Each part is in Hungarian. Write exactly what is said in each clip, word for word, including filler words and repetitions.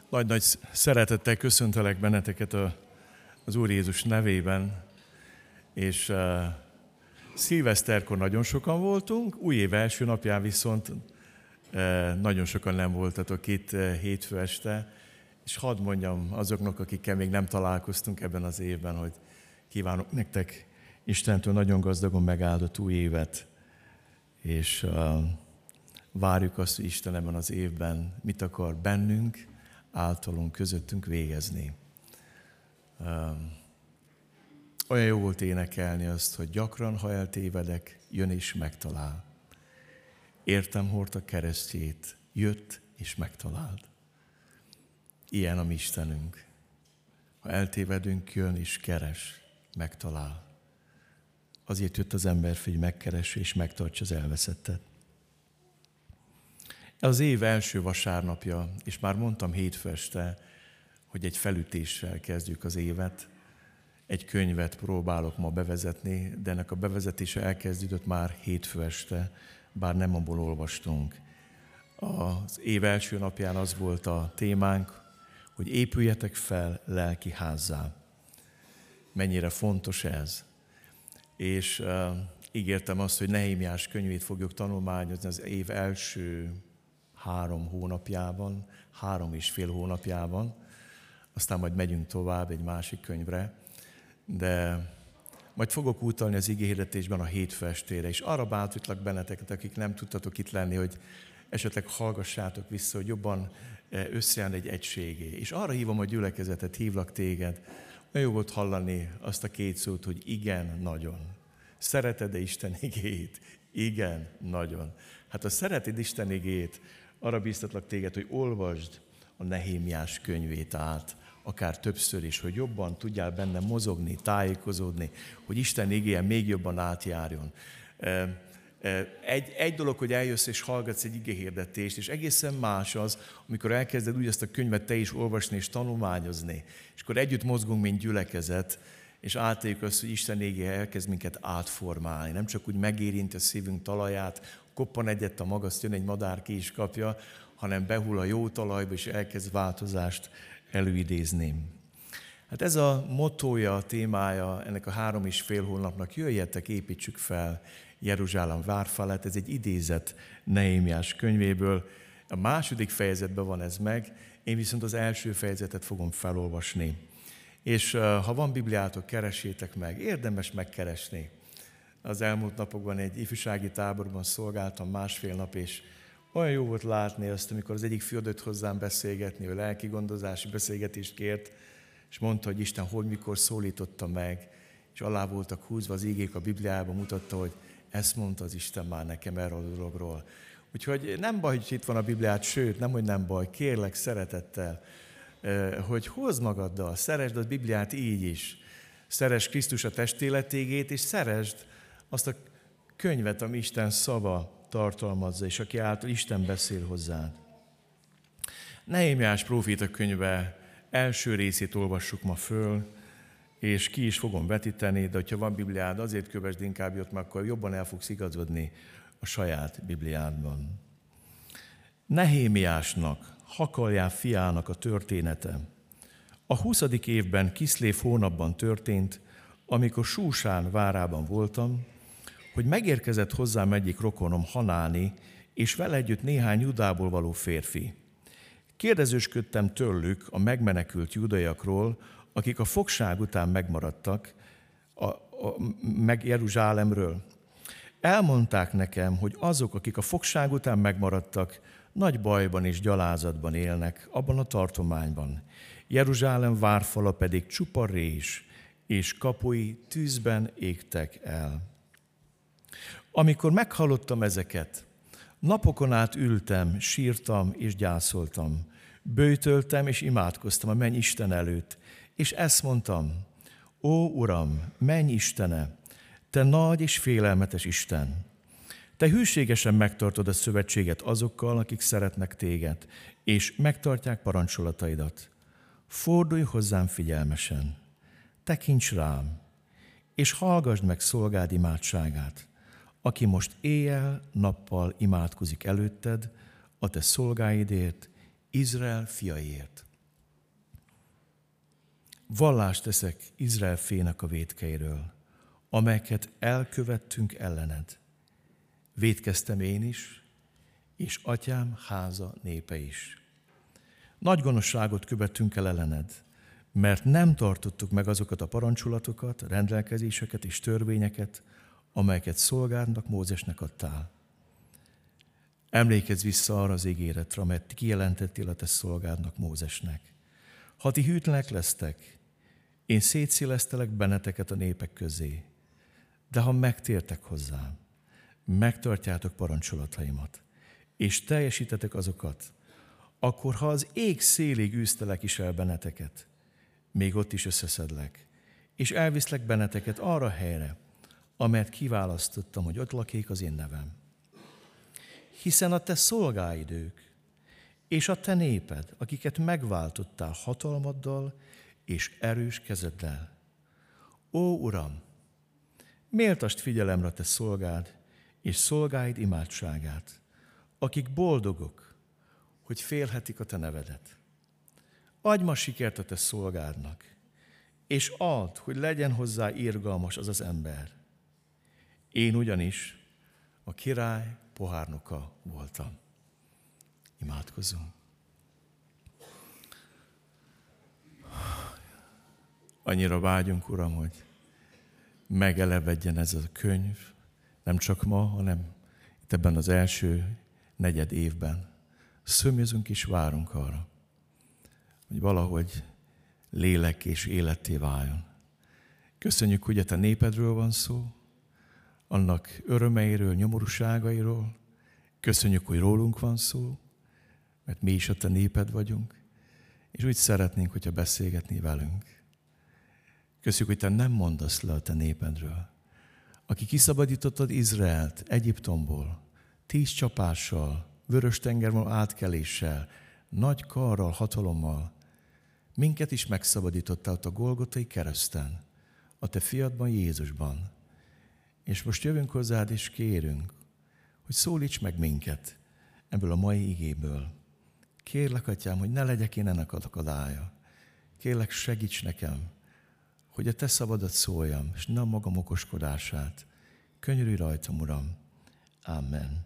Nagy-nagy szeretettel köszöntelek benneteket a, az Úr Jézus nevében, és uh, szilveszterkor nagyon sokan voltunk, új év első napján viszont uh, nagyon sokan nem voltatok itt uh, hétfő este, és hadd mondjam azoknak, akikkel még nem találkoztunk ebben az évben, hogy kívánok nektek Istentől nagyon gazdagon megáldott új évet, és uh, várjuk azt, hogy Isten ebben az évben mit akar bennünk, általunk, közöttünk végezni. Olyan jó volt énekelni azt, hogy gyakran, ha eltévedek, jön és megtalál. Értem hordta keresztjét, jött és megtalált. Ilyen a mi Istenünk. Ha eltévedünk, jön és keres, megtalál. Azért jött az emberfi, hogy megkeresse és megtartsa az elveszettet. Az év első vasárnapja, és már mondtam hétfő este, hogy egy felütéssel kezdjük az évet. Egy könyvet próbálok ma bevezetni, de ennek a bevezetése elkezdődött már hétfő este, bár nem abból olvastunk. Az év első napján az volt a témánk, hogy épüljetek fel lelki házzá. Mennyire fontos ez. És uh, ígértem azt, hogy Nehémiás könyvét fogjuk tanulmányozni az év első három hónapjában, három és fél hónapjában, aztán majd megyünk tovább egy másik könyvre, de majd fogok utalni az igéhirdetésben a hétfő estére, és arra bátorítlak benneteket, akik nem tudtatok itt lenni, hogy esetleg hallgassátok vissza, hogy jobban összeáll egy egységé. És arra hívom a gyülekezetet, hívlak téged, olyan jó volt hallani azt a két szót, hogy igen, nagyon. Szereted-e Isten igéjét? Igen, nagyon. Hát ha szereted Isten igéjét, arra bíztatlak téged, hogy olvasd a Nehémiás könyvét át, akár többször is, hogy jobban tudjál benne mozogni, tájékozódni, hogy Isten igéje még jobban átjárjon. Egy, egy dolog, hogy eljössz és hallgatsz egy igéhirdetést, és egészen más az, amikor elkezded úgy ezt a könyvet te is olvasni és tanulmányozni, és akkor együtt mozgunk, mint gyülekezet, és átéljük azt, hogy Isten igéje elkezd minket átformálni. Nem csak úgy megérinti a szívünk talaját, koppan egyet a magaszt, jön egy madár, ki is kapja, hanem behull a jó talajba, és elkezd változást előidézni. Hát ez a mottója, a témája ennek a három és fél hónapnak, jöjjetek, építsük fel Jeruzsálem várfalát, ez egy idézet Nehémiás könyvéből. A második fejezetben van ez meg, én viszont az első fejezetet fogom felolvasni. És ha van Bibliátok, keressétek meg, érdemes megkeresni. Az elmúlt napokban egy ifjúsági táborban szolgáltam másfél nap, és olyan jó volt látni azt, amikor az egyik fiú jött hozzám beszélgetni, ő lelki gondozási beszélgetést kért, és mondta, hogy Isten hogy mikor szólította meg, és alá voltak húzva az igék a Bibliában, mutatta, hogy ezt mondta az Isten már nekem erről a dologról. Úgyhogy nem baj, hogy itt van a Bibliát, sőt, nem, hogy nem baj, kérlek szeretettel, hogy hozd magaddal, szeresd a Bibliát így is, szeresd Krisztus a testéletégét, és szeresd azt a könyvet, ami Isten szava tartalmazza, és aki által Isten beszél hozzád. Nehémiás próféta könyve első részét olvassuk ma föl, és ki is fogom vetíteni, de ha van Bibliád, azért kövesd inkább jött, mert akkor jobban el fogsz igazodni a saját Bibliádban. Nehémiásnak, Hakaljá fiának a története. A huszadik évben, Kiszlév hónapban történt, amikor Súsán várában voltam, hogy megérkezett hozzám egyik rokonom, Hanáni, és vele együtt néhány Judából való férfi. Kérdezősködtem tőlük a megmenekült judaiakról, akik a fogság után megmaradtak, a, a, meg Jeruzsálemről. Elmondták nekem, hogy azok, akik a fogság után megmaradtak, nagy bajban és gyalázatban élnek abban a tartományban. Jeruzsálem várfala pedig csupa rés, és kapui tűzben égtek el. Amikor meghallottam ezeket, napokon át ültem, sírtam és gyászoltam. Böjtöltem és imádkoztam a menny Isten előtt, és ezt mondtam: Ó, Uram, menny Istene, Te nagy és félelmetes Isten! Te hűségesen megtartod a szövetséget azokkal, akik szeretnek téged, és megtartják parancsolataidat. Fordulj hozzám figyelmesen, tekints rám, és hallgasd meg szolgád imádságát, aki most éjjel-nappal imádkozik előtted, a te szolgáidért, Izrael fiaiért. vallást teszek Izrael fének a vétkeiről, amelyeket elkövettünk ellened. Vétkeztem én is, és atyám háza népe is. Nagy gonoszságot követtünk el ellened, mert nem tartottuk meg azokat a parancsolatokat, rendelkezéseket és törvényeket, amelyeket szolgádnak Mózesnek adtál. Emlékezz vissza arra az ígéretre, amelyet kijelentettél a te szolgádnak Mózesnek. Ha ti hűtlenek lesztek, én szétszélesztelek benneteket a népek közé, de ha megtértek hozzám, megtartjátok parancsolataimat, és teljesítetek azokat, akkor ha az ég szélig űztelek is el benneteket, még ott is összeszedlek, és elviszlek benneteket arra a helyre, amelyet kiválasztottam, hogy ott lakjék az én nevem. Hiszen a te szolgáid ők, és a te néped, akiket megváltottál hatalmaddal és erős kezeddel. Ó, Uram, méltasd figyelemre te szolgád, és szolgáid imádságát, akik boldogok, hogy félhetik a te nevedet. Adj ma sikert a te szolgádnak, és add, hogy legyen hozzá irgalmas az az ember. Én ugyanis a király pohárnoka voltam. Imádkozzunk. Annyira vágyunk, Uram, hogy megelevedjen ez a könyv, nem csak ma, hanem itt ebben az első negyed évben. Szömjözünk és várunk arra, hogy valahogy lélek és életté váljon. Köszönjük, hogy a te népedről van szó, annak örömeiről, nyomorúságairól. Köszönjük, hogy rólunk van szó, mert mi is a te néped vagyunk, és úgy szeretnénk, hogyha beszélgetni velünk. Köszönjük, hogy te nem mondasz le a te népedről. Aki kiszabadítottad Izraelt Egyiptomból, tíz csapással, vörös tengerben átkeléssel, nagy karral, hatalommal, minket is megszabadítottál a Golgotai kereszten, a te fiadban, Jézusban. És most jövünk hozzád, és kérünk, hogy szólíts meg minket ebből a mai igéből. Kérlek, Atyám, hogy ne legyek én ennek akadálya. Kérlek, segíts nekem, hogy a te szabadat szóljam, és nem magam okoskodását. Könyörülj rajtam, Uram. Amen.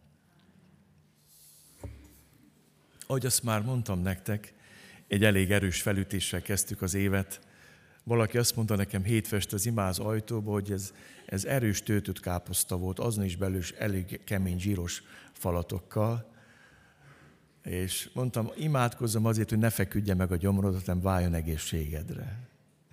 Ahogy azt már mondtam nektek, egy elég erős felütéssel kezdtük az évet. Valaki azt mondta nekem hétfest az imáz ajtóba, hogy ez, ez erős töltött káposzta volt, azon is belül elég kemény zsíros falatokkal. És mondtam, imádkozzam azért, hogy ne feküdje meg a gyomrodat, hanem váljon egészségedre.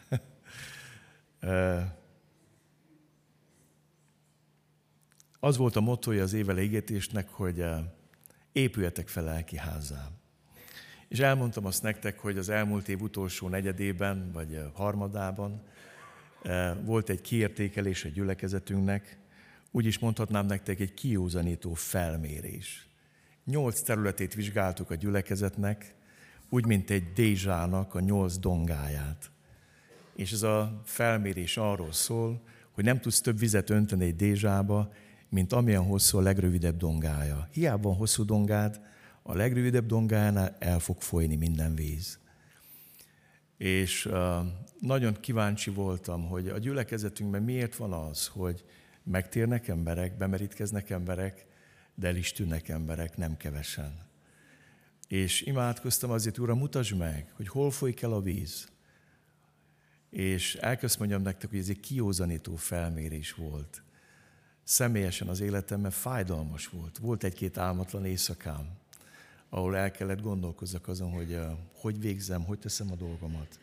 Az volt a mottoja az évele igetésnek, hogy épüljetek fel lelki házzá. És elmondtam azt nektek, hogy az elmúlt év utolsó negyedében, vagy harmadában volt egy kiértékelés a gyülekezetünknek, úgy is mondhatnám nektek egy kijózanító felmérés. Nyolc területét vizsgáltuk a gyülekezetnek, úgy, mint egy dézsának a nyolc dongáját. És ez a felmérés arról szól, hogy nem tudsz több vizet önteni egy dézsába, mint amilyen hosszú a legrövidebb dongája. Hiába van hosszú dongád, a legrövidebb dongájánál el fog folyni minden víz. És uh, nagyon kíváncsi voltam, hogy a gyülekezetünkben miért van az, hogy megtérnek emberek, bemerítkeznek emberek, de el is tűnnek emberek, nem kevesen. És imádkoztam azért, Uram, mutasd meg, hogy hol folyik el a víz. És elkezd mondjam nektek, hogy ez egy kijózanító felmérés volt. Személyesen az életemben fájdalmas volt. Volt egy-két álmatlan éjszakám, ahol el kellett gondolkozzak azon, hogy uh, hogy végzem, hogy teszem a dolgomat.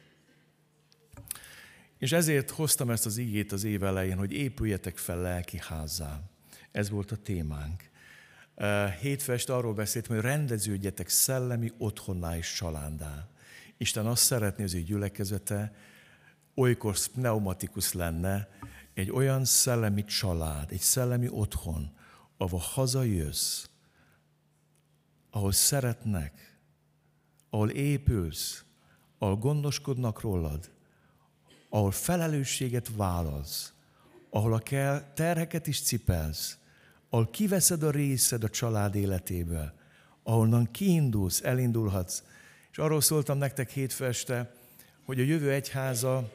És ezért hoztam ezt az igét az év elején, hogy épüljetek fel lelki házzá. Ez volt a témánk. Uh, hétfest arról beszéltem, hogy rendeződjetek szellemi otthonná és családdá. Isten azt szeretné, az ő gyülekezete oikos pneumatikus lenne, egy olyan szellemi család, egy szellemi otthon, ahol hazajössz, ahol szeretnek, ahol épülsz, ahol gondoskodnak rólad, ahol felelősséget vállalsz, ahol a kell terheket is cipelsz, ahol kiveszed a részed a család életéből, ahonnan kiindulsz, elindulhatsz. És arról szóltam nektek hétfő este, hogy a jövő egyháza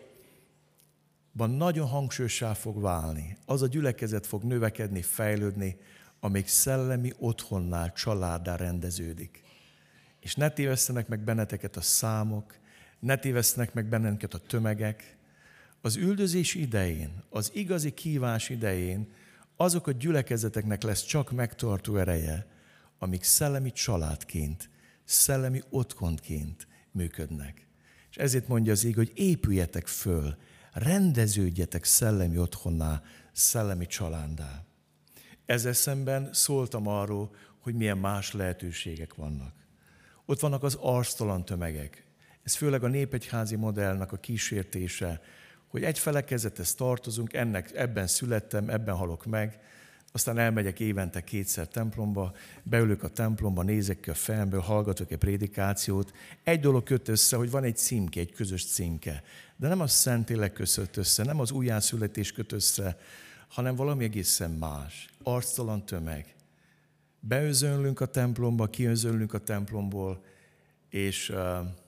nagyon hangsúlyossá fog válni. Az a gyülekezet fog növekedni, fejlődni, amíg szellemi otthonnál, családdá rendeződik. És ne tévesztenek meg benneteket a számok, ne tévesztenek meg benneteket a tömegek. Az üldözés idején, az igazi kívás idején azok a gyülekezeteknek lesz csak megtartó ereje, amíg szellemi családként, szellemi otthonként működnek. És ezért mondja az ég, hogy épüljetek föl, rendeződjetek szellemi otthonná, szellemi családdá. Ezzel szemben szóltam arról, hogy milyen más lehetőségek vannak. Ott vannak az arctalan tömegek. Ez főleg a népegyházi modellnek a kísértése, hogy egy felekezethez tartozunk, ennek, ebben születtem, ebben halok meg, aztán elmegyek évente kétszer templomba, beülök a templomba, nézek ki a fejemből, hallgatok egy prédikációt. Egy dolog köt össze, hogy van egy címke, egy közös címke. De nem a Szentlélek kötött össze, nem az újjászületés köt össze, hanem valami egészen más. Arctalan tömeg. Beözönlünk a templomba, kiözönlünk a templomból, és uh,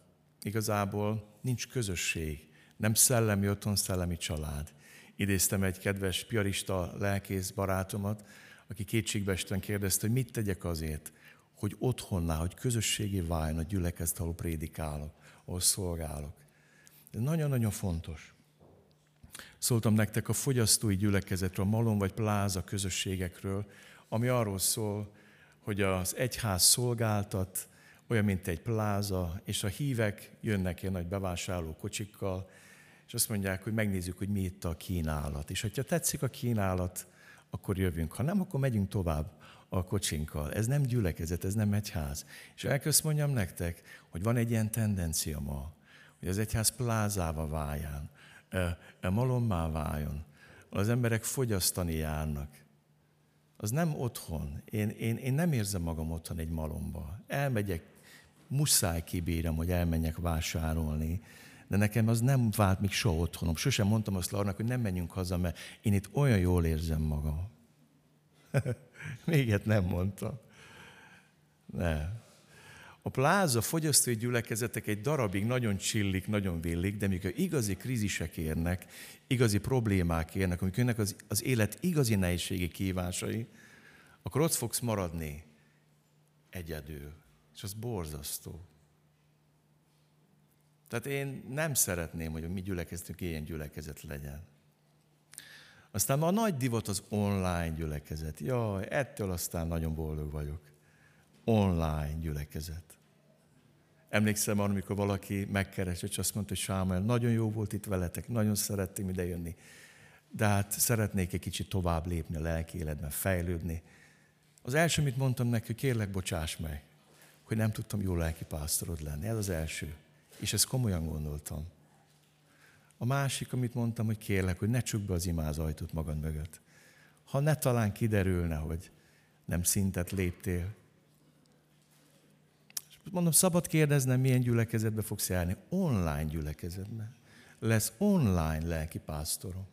igazából nincs közösség. Nem szellemi otthon, szellemi család. Idéztem egy kedves piarista lelkész barátomat, aki kétségbeesten kérdezte, hogy mit tegyek azért, hogy otthonná, hogy közösségé váljon a gyülekezet, ahol prédikálok, ahol szolgálok. Ez nagyon-nagyon fontos. Szóltam nektek a fogyasztói gyülekezetről, a malom vagy pláza közösségekről, ami arról szól, hogy az egyház szolgáltat, olyan, mint egy pláza, és a hívek jönnek ilyen nagy bevásárló kocsikkal, és azt mondják, hogy megnézzük, hogy mi itt a kínálat. És ha tetszik a kínálat, akkor jövünk. Ha nem, akkor megyünk tovább a kocsinkkal. Ez nem gyülekezet, ez nem egyház. És elkezd mondjam nektek, hogy van egy ilyen tendencia ma, hogy az egyház plázává váljon, malommá váljon. Az emberek fogyasztani járnak. Az nem otthon. Én, én, én nem érzem magam otthon egy malomba. Elmegyek, muszáj kibírjam, hogy elmenjek vásárolni, de nekem az nem vált még soha otthonom. Sosem mondtam azt Larnak, hogy nem menjünk haza, mert én itt olyan jól érzem magam. Még ilyet nem mondtam. Nem. A pláza fogyasztói gyülekezetek egy darabig nagyon csillik, nagyon villik, de mikor igazi krízisek érnek, igazi problémák érnek, amikor jönnek az, az élet igazi nehézségi kívásai, akkor ott fogsz maradni egyedül. És az borzasztó. Tehát én nem szeretném, hogy a mi gyülekezetünk ilyen gyülekezet legyen. Aztán ma a nagy divat az online gyülekezet. Jaj, ettől aztán nagyon boldog vagyok. Online gyülekezet. Emlékszem arra, amikor valaki megkeresett, és azt mondta, hogy Sámuel, nagyon jó volt itt veletek, nagyon szerettem idejönni, de hát szeretnék egy kicsit tovább lépni a lelki életben, fejlődni. Az első, amit mondtam neki, hogy kérlek, bocsáss meg, hogy nem tudtam jó lelki pásztorod lenni. Ez az első. És ezt komolyan gondoltam. A másik, amit mondtam, hogy kérlek, hogy ne csukd be az imázajtót magad mögött. Ha ne talán kiderülne, hogy nem szintet léptél. És mondom, szabad kérdeznem, milyen gyülekezetbe fogsz járni? Online gyülekezetbe. Lesz online lelki pásztorom.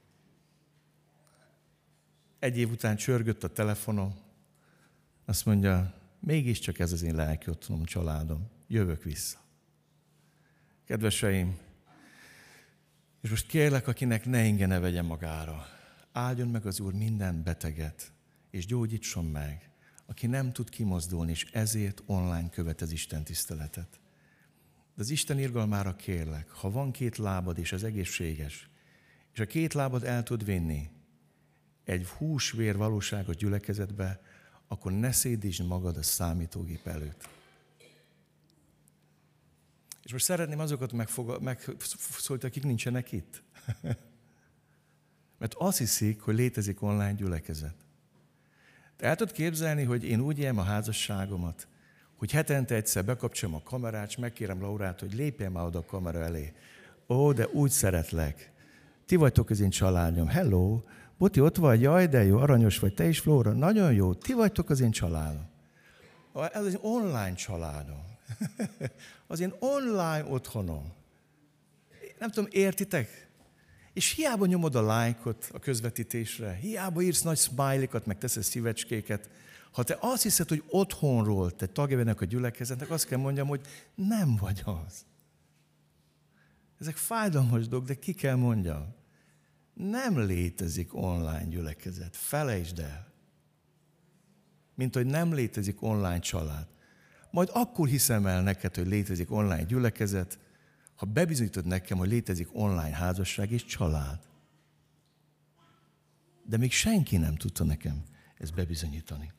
Egy év után csörgött a telefonom. Azt mondja, mégiscsak ez az én lelki otthonom, családom. Jövök vissza. Kedveseim, és most kérlek, akinek ne inge ne vegye magára. Áldjon meg az Úr minden beteget, és gyógyítson meg, aki nem tud kimozdulni, és ezért online követ az Isten tiszteletet. De az Isten irgalmára kérlek, ha van két lábad, és az egészséges, és a két lábad el tud vinni egy húsvér valóságos gyülekezetbe, akkor ne szédítsd magad a számítógép előtt. És most szeretném azokat megszólítani, akik nincsenek itt. Mert azt hiszik, hogy létezik online gyülekezet. Te el tudod képzelni, hogy én úgy élem a házasságomat, hogy hetente egyszer bekapcsolom a kamerát, és megkérem Laurát, hogy lépjen már oda a kamera elé. Ó, de úgy szeretlek. Ti vagytok az én családom. Hello, Boti, ott vagy? Jaj, de jó, aranyos vagy. Te is, Flóra? Nagyon jó. Ti vagytok az én családom. Ez az online családom. Az én online otthonom. Nem tudom, értitek? És hiába nyomod a lájkot a közvetítésre, hiába írsz nagy smiley-kat, meg teszed szívecskéket, ha te azt hiszed, hogy otthonról te tagja ennek a gyülekezetnek, azt kell mondjam, hogy nem vagy az. Ezek fájdalmas dolgok, de ki kell mondjam. Nem létezik online gyülekezet. Felejtsd el. Mint hogy nem létezik online család. Majd akkor hiszem el neked, hogy létezik online gyülekezet, ha bebizonyítod nekem, hogy létezik online házasság és család. De még senki nem tudta nekem ezt bebizonyítani.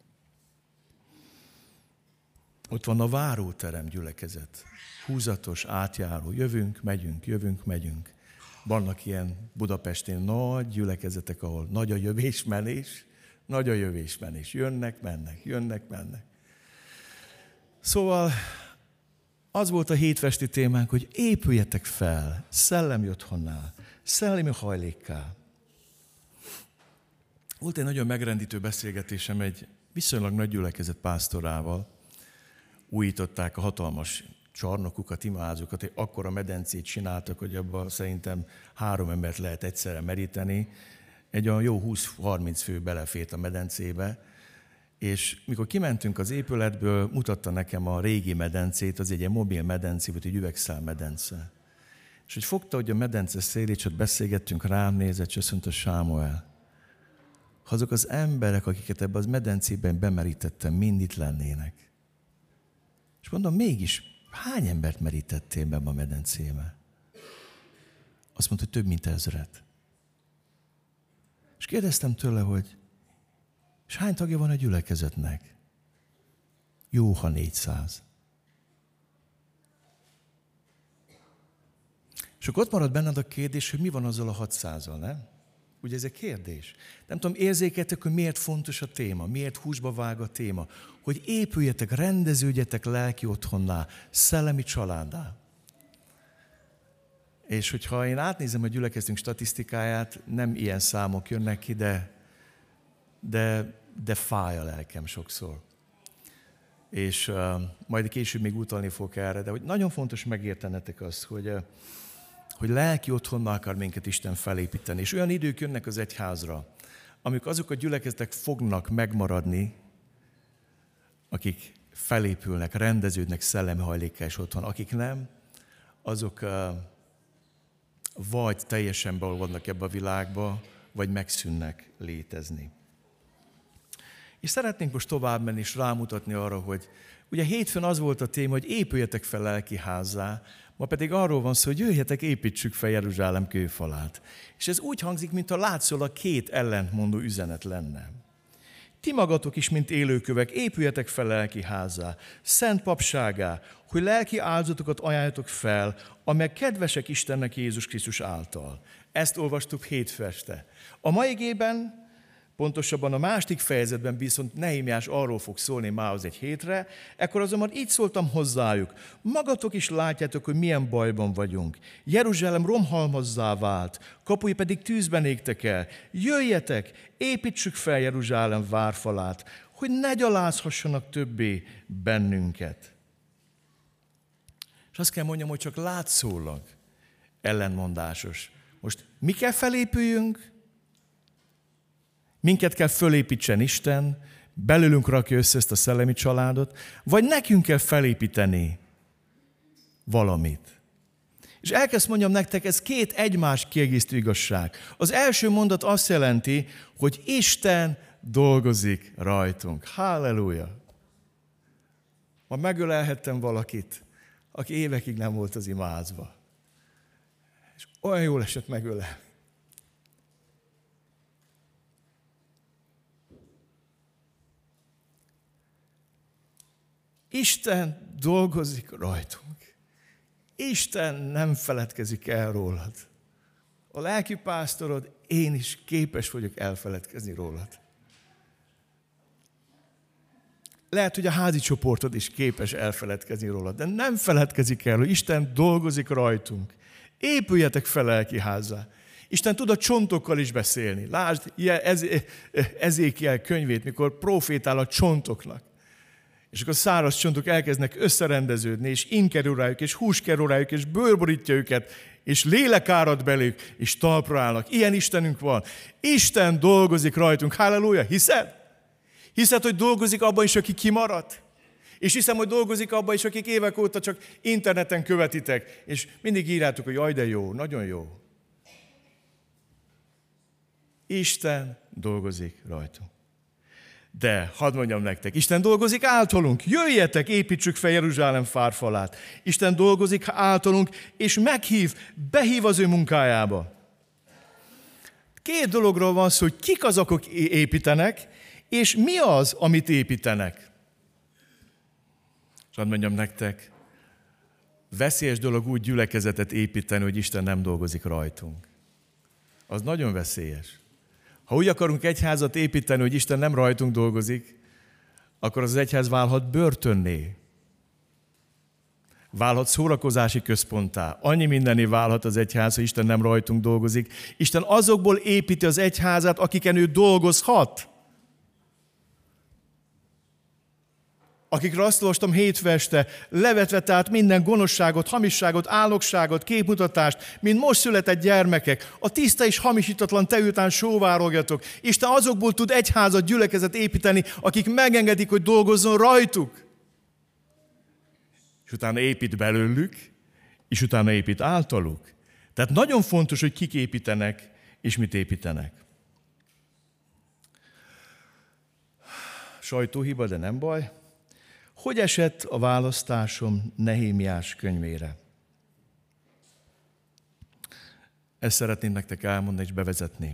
Ott van a váróterem gyülekezet. Húzatos, átjáró. Jövünk, megyünk, jövünk, megyünk. Vannak ilyen Budapesten nagy gyülekezetek, ahol nagy a jövés-menés, nagy a jövés-menés. Jönnek, mennek, jönnek, mennek. Szóval az volt a hétfesti témánk, hogy épüljetek fel szellemi otthonnál, szellemi hajlékká. Volt egy nagyon megrendítő beszélgetésem egy viszonylag nagy gyülekezet pásztorával. Újították a hatalmas csarnokukat, imázukat, akkora medencét csináltak, hogy abban szerintem három embert lehet egyszerre meríteni. Egy olyan jó húsz-harminc fő belefért a medencébe, és mikor kimentünk az épületből, mutatta nekem a régi medencét, az egy ilyen mobil medencé, vagy egy üvegszál medence. És hogy fogta, hogy a medence szélét, csak beszélgettünk, rám nézett, és azt mondta, Sámuel, ha azok az emberek, akiket ebben az medencében bemerítettem, mind itt lennének. És mondom, mégis, hány embert merítettél be a medencébe? Azt mondta, hogy több mint ezret. És kérdeztem tőle, hogy és hány tagja van a gyülekezetnek? Jó, ha négyszáz. És akkor ott marad benned a kérdés, hogy mi van azzal a hatszázzal, nem? Ugye ez egy kérdés. Nem tudom, érzékeltek, hogy miért fontos a téma, miért húsba vág a téma, hogy épüljetek, rendeződjetek lelki otthonná, szellemi családdá. És hogyha én átnézem a gyülekezetünk statisztikáját, nem ilyen számok jönnek ki, de, de, de fáj a lelkem sokszor. És uh, majd később még utalni fogok erre, de hogy nagyon fontos megértenetek azt, hogy, uh, hogy lelki otthonnal akar minket Isten felépíteni. És olyan idők jönnek az egyházra, amikor azok a gyülekezetek fognak megmaradni, akik felépülnek, rendeződnek szellemi hajlékkel és otthon. Akik nem, azok uh, vagy teljesen beolvadnak ebbe a világba, vagy megszűnnek létezni. És szeretnénk most tovább menni és rámutatni arra, hogy ugye hétfőn az volt a téma, hogy épüljetek fel lelki házzá, ma pedig arról van szó, hogy jöjjetek, építsük fel Jeruzsálem kőfalát. És ez úgy hangzik, mintha látszólag két ellentmondó üzenet lenne. Ti magatok is, mint élőkövek, épüljetek fel lelki házzá, szent papságá, hogy lelki áldozatokat ajánljatok fel, amelyek kedvesek Istennek Jézus Krisztus által. Ezt olvastuk hétfő este. A mai igében, pontosabban a második fejezetben viszont Nehémiás arról fog szólni mához egy hétre, ekkor azonban így szóltam hozzájuk, magatok is látjátok, hogy milyen bajban vagyunk. Jeruzsálem romhalmazzá vált, kapui pedig tűzben égtek el. Jöjjetek, építsük fel Jeruzsálem várfalát, hogy ne gyalázhassanak többé bennünket. És azt kell mondjam, hogy csak látszólag ellenmondásos. Most mi kell felépüljünk? Minket kell fölépítsen Isten, belőlünk rakja össze ezt a szellemi családot, vagy nekünk kell felépíteni valamit. És elkezd mondjam nektek, ez két egymás kiegészítő igazság. Az első mondat azt jelenti, hogy Isten dolgozik rajtunk. Halleluja! Ma megölelhettem valakit, aki évekig nem volt az imázba. És olyan jól esett megölelni. Isten dolgozik rajtunk. Isten nem feledkezik el rólad. A lelki pásztorod, én is képes vagyok elfeledkezni rólad. Lehet, hogy a házi csoportod is képes elfeledkezni rólad, de nem feledkezik el, hogy Isten dolgozik rajtunk. Épüljetek fel lelki házzá. Isten tud a csontokkal is beszélni. Lásd Ezékiel könyvét, mikor profétál a csontoknak. És akkor száraz csontok elkezdnek összerendeződni, és ím kerül rájuk, és hús kerül rájuk, és bőr borítja őket, és lélek árad belőlük, és talpra állnak. Ilyen Istenünk van. Isten dolgozik rajtunk. Halleluja! Hiszed? Hiszed, hogy dolgozik abban is, aki kimaradt? És hiszem, hogy dolgozik abban is, akik évek óta csak interneten követitek, és mindig írjátok, hogy jaj, de jó, nagyon jó. Isten dolgozik rajtunk. De, hadd mondjam nektek, Isten dolgozik általunk. Jöjjetek, építsük fel Jeruzsálem fárfalát. Isten dolgozik általunk, és meghív, behív az ő munkájába. Két dologról van szó, hogy kik azok, akik építenek, és mi az, amit építenek. És hadd mondjam nektek, veszélyes dolog úgy gyülekezetet építeni, hogy Isten nem dolgozik rajtunk. Az nagyon veszélyes. Ha úgy akarunk egyházat építeni, hogy Isten nem rajtunk dolgozik, akkor az egyház válhat börtönné. Válhat szórakozási központtá. Annyi mindenné válhat az egyház, hogy Isten nem rajtunk dolgozik. Isten azokból építi az egyházat, akiken ő dolgozhat. Akikről azt olvastam hétfő este, levetve tehát minden gonoszságot, hamisságot, álnokságot, képmutatást, mint most született gyermekek, a tiszta és hamisítatlan te után sóvárogjatok. Isten azokból tud egyházat, gyülekezet építeni, akik megengedik, hogy dolgozzon rajtuk. És utána épít belőlük, és utána épít általuk. Tehát nagyon fontos, hogy kik építenek, és mit építenek. Sajtóhiba, de nem baj. Hogy esett a választásom Nehémiás könyvére? Ezt szeretném nektek elmondani és bevezetni.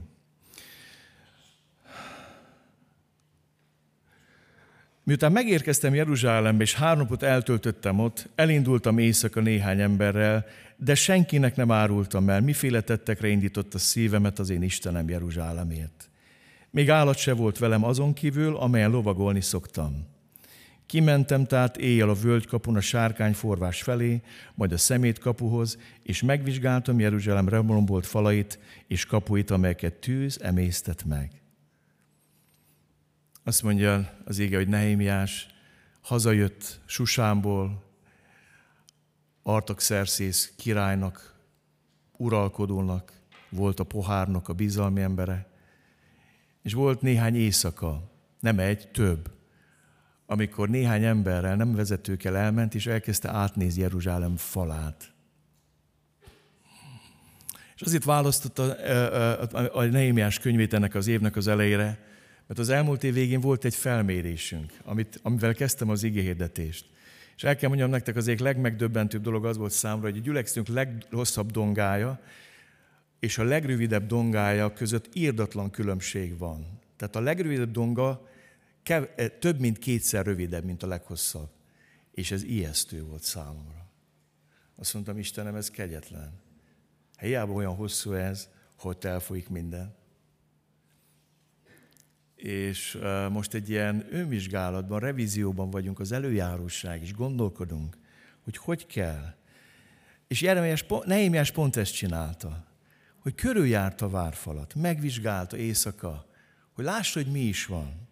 Miután megérkeztem Jeruzsálembe, és három napot eltöltöttem ott, elindultam éjszaka néhány emberrel, de senkinek nem árultam el, miféle tettekre indított a szívemet az én Istenem Jeruzsálemért. Még állat se volt velem azon kívül, amelyen lovagolni szoktam. Kimentem tehát éjjel a völgykapun a sárkányforvás felé, majd a szemétkapuhoz, és megvizsgáltam Jeruzsálem rombolt falait és kapuit, amelyeket tűz emésztett meg. Azt mondja az ige, hogy Nehémiás hazajött Susánból, Artaxerxész királynak, uralkodónak, volt a pohárnak a bizalmi embere, és volt néhány éjszaka, nem egy, több, amikor néhány emberrel, nem vezetőkkel elment, és elkezdte átnézni Jeruzsálem falát. És azért választotta a Nehémiás könyvét ennek az évnek az elejére, mert az elmúlt év végén volt egy felmérésünk, amit, amivel kezdtem az igéhirdetést. És el kell mondjam nektek, az egyik legmegdöbbentőbb dolog az volt számomra, hogy a gyülekezetünk leghosszabb dongája és a legrövidebb dongája között irdatlan különbség van. Tehát a legrövidebb donga kev- több mint kétszer rövidebb, mint a leghosszabb. És ez ijesztő volt számomra. Azt mondtam, Istenem, ez kegyetlen. Hiába olyan hosszú ez, hogy elfolyik minden. És most egy ilyen önvizsgálatban, revízióban vagyunk, az előjáróság, és gondolkodunk, hogy hogy kell. És Jeremiás, Nehémiás pont ezt csinálta, hogy körüljárta a várfalat, megvizsgálta éjszaka, hogy lássa, hogy mi is van.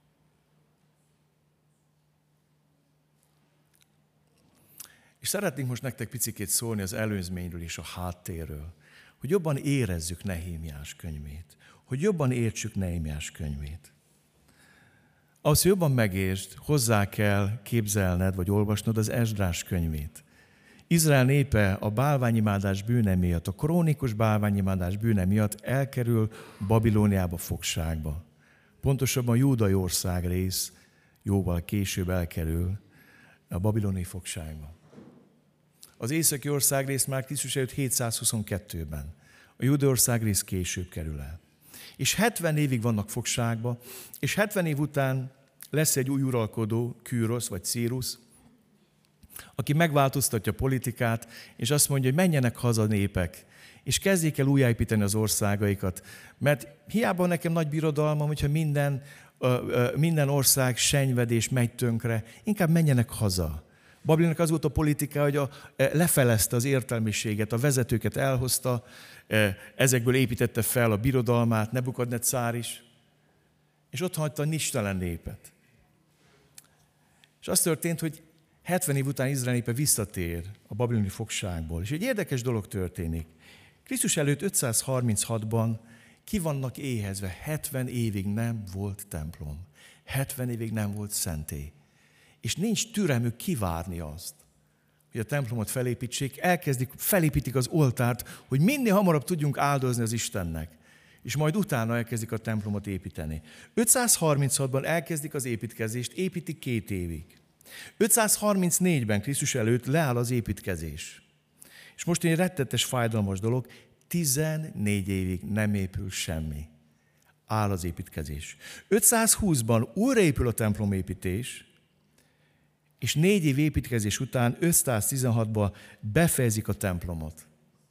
És szeretnénk most nektek picikét szólni az előzményről és a háttérről, hogy jobban érezzük Nehémiás könyvét, hogy jobban értsük Nehémiás könyvét. Ahhoz, hogy jobban megértsd, hozzá kell képzelned, vagy olvasnod az Esdrás könyvét. Izrael népe a bálványimádás bűne miatt, a krónikus bálványimádás bűne miatt elkerül Babilóniába, fogságba. Pontosabban júdai országrész jóval később elkerül a babiloni fogságba. Az északi országrész már Krisztus előtt hétszázhuszonkettőben, a júdai országrész később kerül el. És hetven évig vannak fogságba, és hetven év után lesz egy új uralkodó, Kűrosz vagy Círusz, aki megváltoztatja a politikát, és azt mondja, hogy menjenek haza népek, és kezdjék el újjáépíteni az országaikat. Mert hiába nekem nagy birodalmam, hogyha minden, minden ország senyvedés megy tönkre, inkább menjenek haza. Babilonnak az volt a politika, hogy a, lefelezte az értelmiséget, a vezetőket elhozta, ezekből építette fel a birodalmát, Nebukadnecár is, és ott hagyta a nincstelen népet. És az történt, hogy hetven év után Izrael népe visszatér a babiloni fogságból. És egy érdekes dolog történik. Krisztus előtt ötszázharminchatban ki vannak éhezve, hetven évig nem volt templom, hetven évig nem volt szentély. és nincs türelmük kivárni azt, hogy a templomot felépítsék, elkezdik, felépítik az oltárt, hogy minél hamarabb tudjunk áldozni az Istennek. És majd utána elkezdik a templomot építeni. ötszázharminchatban elkezdik az építkezést, építik két évig. ötszázharmincnégyben Krisztus előtt leáll az építkezés. És most egy rettetes, fájdalmas dolog, tizennégy évig nem épül semmi. Áll az építkezés. ötszázhúszban újraépül a templomépítés, és négy év építkezés után ötszáztizenhatban befejezik a templomot.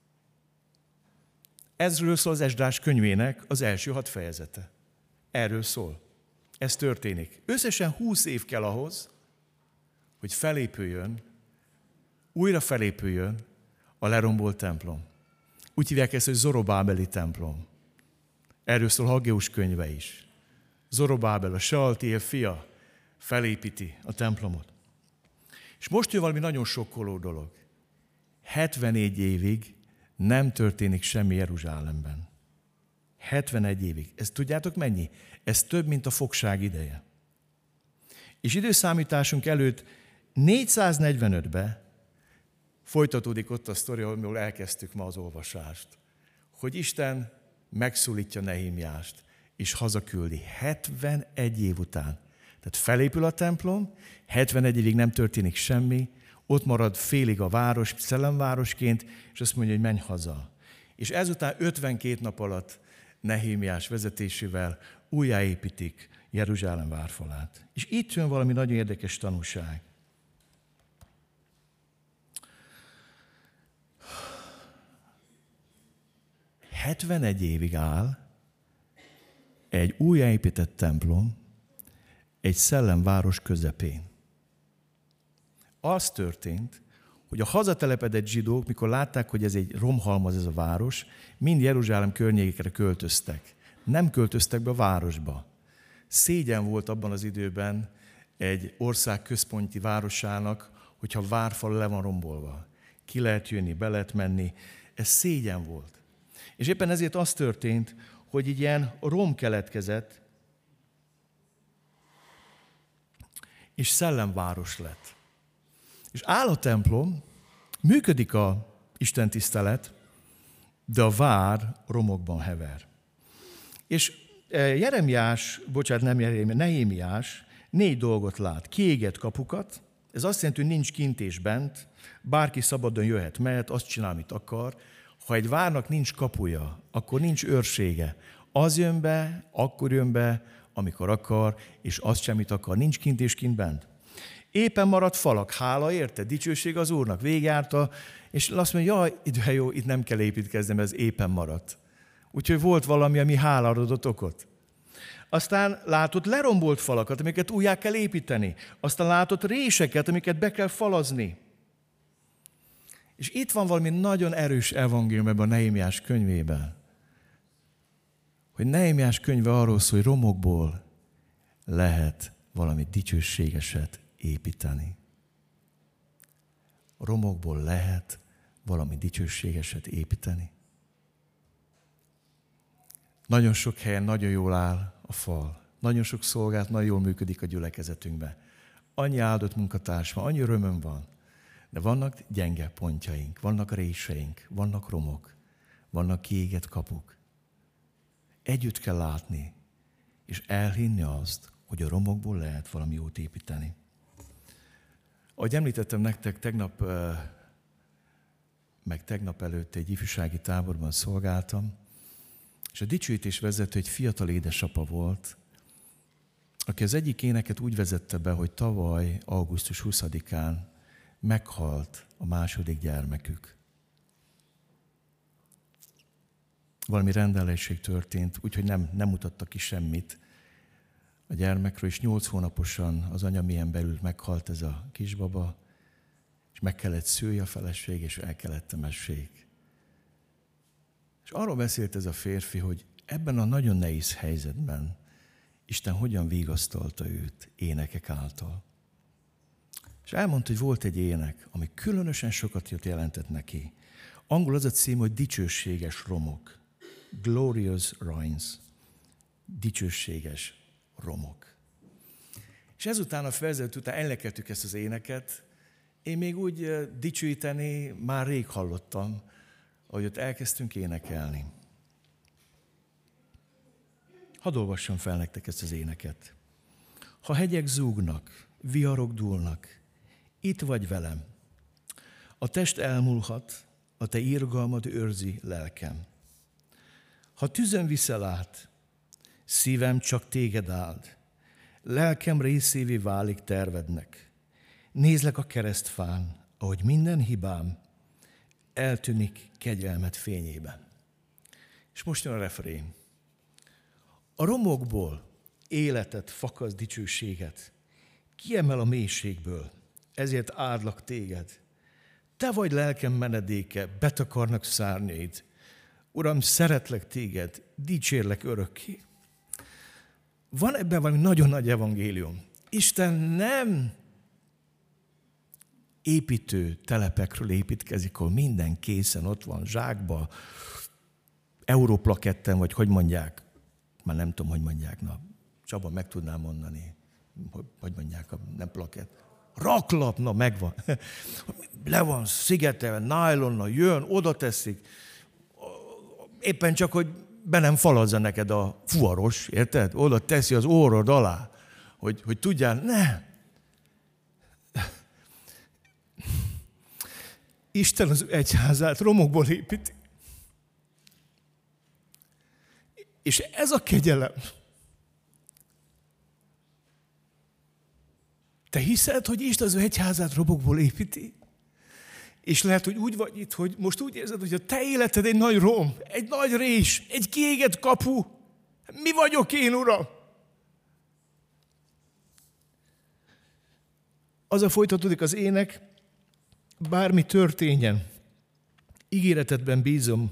Ezről szól az Esdrás könyvének az első hat fejezete. Erről szól. Ez történik. Összesen húsz év kell ahhoz, hogy felépüljön, újra felépüljön a lerombolt templom. Úgy hívják ezt, hogy Zorobábeli templom. Erről szól Haggeus könyve is. Zorobábel, a Sealtiel fia felépíti a templomot. És most jön valami nagyon sokkoló dolog. hetvenegy évig nem történik semmi Jeruzsálemben. hetvenegy évig. Ezt tudjátok mennyi? Ez több, mint a fogság ideje. És időszámításunk előtt négyszáznegyvenötben folytatódik ott a sztori, ahol elkezdtük ma az olvasást, hogy Isten megszólítja Nehémiást, és hazaküldi hetvenegy év után. Tehát felépül a templom, hetvenegy évig nem történik semmi, ott marad félig a város, szellemvárosként, és azt mondja, hogy menj haza. És ezután ötvenkét nap alatt Nehémiás vezetésével újjáépítik Jeruzsálem várfalát. És itt jön valami nagyon érdekes tanúság. hetvenegy évig áll egy újjáépített templom egy szellemváros közepén. Az történt, hogy a hazatelepedett zsidók, mikor látták, hogy ez egy romhalmaz ez a város, mind Jeruzsálem környékére költöztek. Nem költöztek be a városba. Szégyen volt abban az időben egy ország központi városának, hogyha a várfal le van rombolva. Ki lehet jönni, be lehet menni. Ez szégyen volt. És éppen ezért az történt, hogy így ilyen rom keletkezett, és szellemváros lett. És áll a templom, működik a istentisztelet, de a vár romokban hever. És Jeremiás, bocsánat, nem Jeremiás, Nehémiás négy dolgot lát. Kiégett kapukat, ez azt jelenti, hogy nincs kint és bent, bárki szabadon jöhet, mehet, azt csinál, amit akar. Ha egy várnak nincs kapuja, akkor nincs őrsége. Az jön be, akkor jön be, amikor akar, és azt semmit akar. Nincs kint és kint bent. Éppen maradt falak, hála érte, dicsőség az Úrnak, végigjárta, és azt mondja, jaj, de jó, itt nem kell építkeznem, ez éppen maradt. Úgyhogy volt valami, ami hálára adott okot. Aztán látott lerombolt falakat, amiket újjá kell építeni. Aztán látott réseket, amiket be kell falazni. És itt van valami nagyon erős evangélium ebben a Nehémiás könyvében. Hogy Nehémiás könyve arról szól, hogy romokból lehet valami dicsőségeset építeni. A romokból lehet valami dicsőségeset építeni. Nagyon sok helyen nagyon jól áll a fal. Nagyon sok szolgálat nagyon jól működik a gyülekezetünkben. Annyi áldott munkatárs van, annyi örömöm van. De vannak gyenge pontjaink, vannak réseink, vannak romok, vannak kiégett kapuk. Együtt kell látni, és elhinni azt, hogy a romokból lehet valami jót építeni. Ahogy említettem nektek, tegnap, meg tegnap előtt egy ifjúsági táborban szolgáltam, és a dicsőítés vezető egy fiatal édesapa volt, aki az egyik éneket úgy vezette be, hogy tavaly, augusztus huszadikán meghalt a második gyermekük. Valami rendellenesség történt, úgyhogy nem, nem mutatta ki semmit a gyermekről, és nyolc hónaposan az anyamélyen belül meghalt ez a kisbaba, és meg kellett szülje a feleség, és el kellett temesség. És arról beszélt ez a férfi, hogy ebben a nagyon nehéz helyzetben Isten hogyan vigasztalta őt énekek által. És elmondta, hogy volt egy ének, ami különösen sokat jött jelentett neki. Angol az a cím, hogy dicsőséges romok. Glorious Ruins. Dicsőséges romok. És ezután a fejezet után ellekeltük ezt az éneket, én még úgy dicsőíteni már rég hallottam, ahogy ott elkezdtünk énekelni. Hadd olvassam fel nektek ezt az éneket. Ha hegyek zúgnak, viharok dúlnak, itt vagy velem. A test elmúlhat, a te irgalmad őrzi lelkem. Ha tüzön viszel át, szívem csak téged áld. Lelkem részévé válik tervednek. Nézlek a keresztfán, ahogy minden hibám eltűnik kegyelmed fényében. És most jön a refrén. A romokból életet, fakaszt, dicsőséget. Kiemel a mélységből, ezért áldlak téged. Te vagy lelkem menedéke, betakarnak szárnyaid. Uram, szeretlek téged, dicsérlek örökké. Van ebben valami nagyon nagy evangélium. Isten nem építő telepekről építkezik, ahol minden készen ott van, zsákba, európlaketten, vagy hogy mondják, már nem tudom, hogy mondják, na, Csaba meg tudnám mondani, hogy, hogy mondják, nem plakett. Raklap, na megvan. Le van szigetelve, nájlonnal jön, oda teszik. Éppen csak, hogy be nem falazza neked a fuvaros, érted? Oda teszi az orrod alá, hogy, hogy tudjál, ne. Isten az egyházát romokból építi. És ez a kegyelem. Te hiszed, hogy Isten az egyházát romokból építi? És lehet, hogy úgy vagy itt, hogy most úgy érzed, hogy a te életed egy nagy rom, egy nagy rés, egy kiégett kapu. Mi vagyok én, Uram? Azzal folytatódik az ének, bármi történjen, ígéretedben bízom,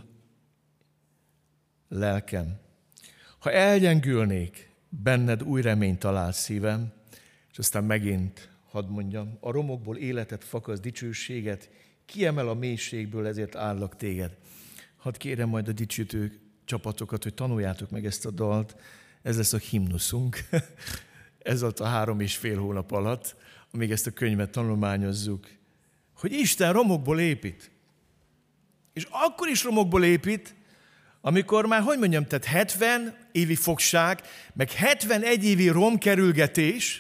lelkem. Ha elgyengülnék, benned új reményt talál szívem, és aztán megint, hadd mondjam, a romokból életet fakaszt, dicsőséget, kiemel a mélységből, ezért állak téged. Hadd kérem majd a dicsőítő csapatokat, hogy tanuljátok meg ezt a dalt, ez lesz a himnuszunk, ez alatt a három és fél hónap alatt, amíg ezt a könyvet tanulmányozzuk, hogy Isten romokból épít. És akkor is romokból épít, amikor már, hogy mondjam, tehát hetven évi fogság, meg hetvenegy évi romkerülgetés,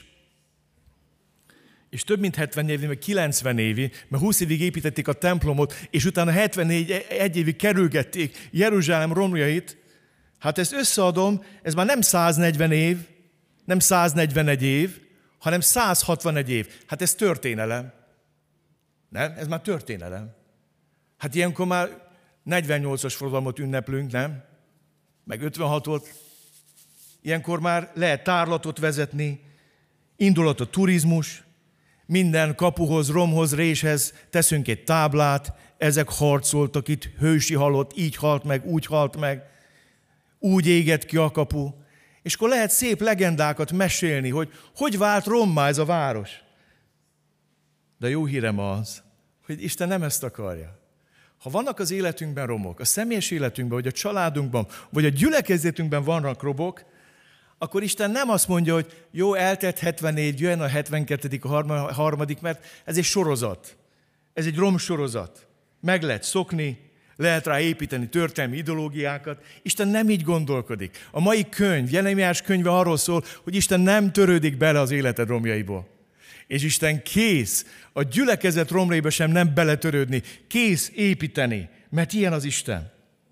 és több mint hetven évi, meg kilencven évi, mert húsz évig építették a templomot, és utána hetvenegy évig kerülgették Jeruzsálem romjait. Hát ezt összeadom, ez már nem száznegyven év, nem száznegyvenegy év, hanem száz hatvanegy év. Hát ez történelem. Nem? Ez már történelem. Hát ilyenkor már negyvennyolcas forradalmat ünneplünk, nem? Meg ötvenhatot. Ilyenkor már lehet tárlatot vezetni, indulhat a turizmus, minden kapuhoz, romhoz, réshez teszünk egy táblát, ezek harcoltak itt, hősi halott, így halt meg, úgy halt meg, úgy égett ki a kapu. És akkor lehet szép legendákat mesélni, hogy hogy vált rommá ez a város. De jó hírem az, hogy Isten nem ezt akarja. Ha vannak az életünkben romok, a személyes életünkben, vagy a családunkban, vagy a gyülekezetünkben vannak romok, akkor Isten nem azt mondja, hogy jó, eltelt hetvenégy, jön a hetvenkettedik, a harmadik, mert ez egy sorozat. Ez egy romsorozat. Meg lehet szokni, lehet rá építeni történelmi ideológiákat. Isten nem így gondolkodik. A mai könyv, Jeremiás könyve arról szól, hogy Isten nem törődik bele az életed romjaiból. És Isten kész a gyülekezet romjaiba sem nem beletörődni, kész építeni, mert ilyen az Isten.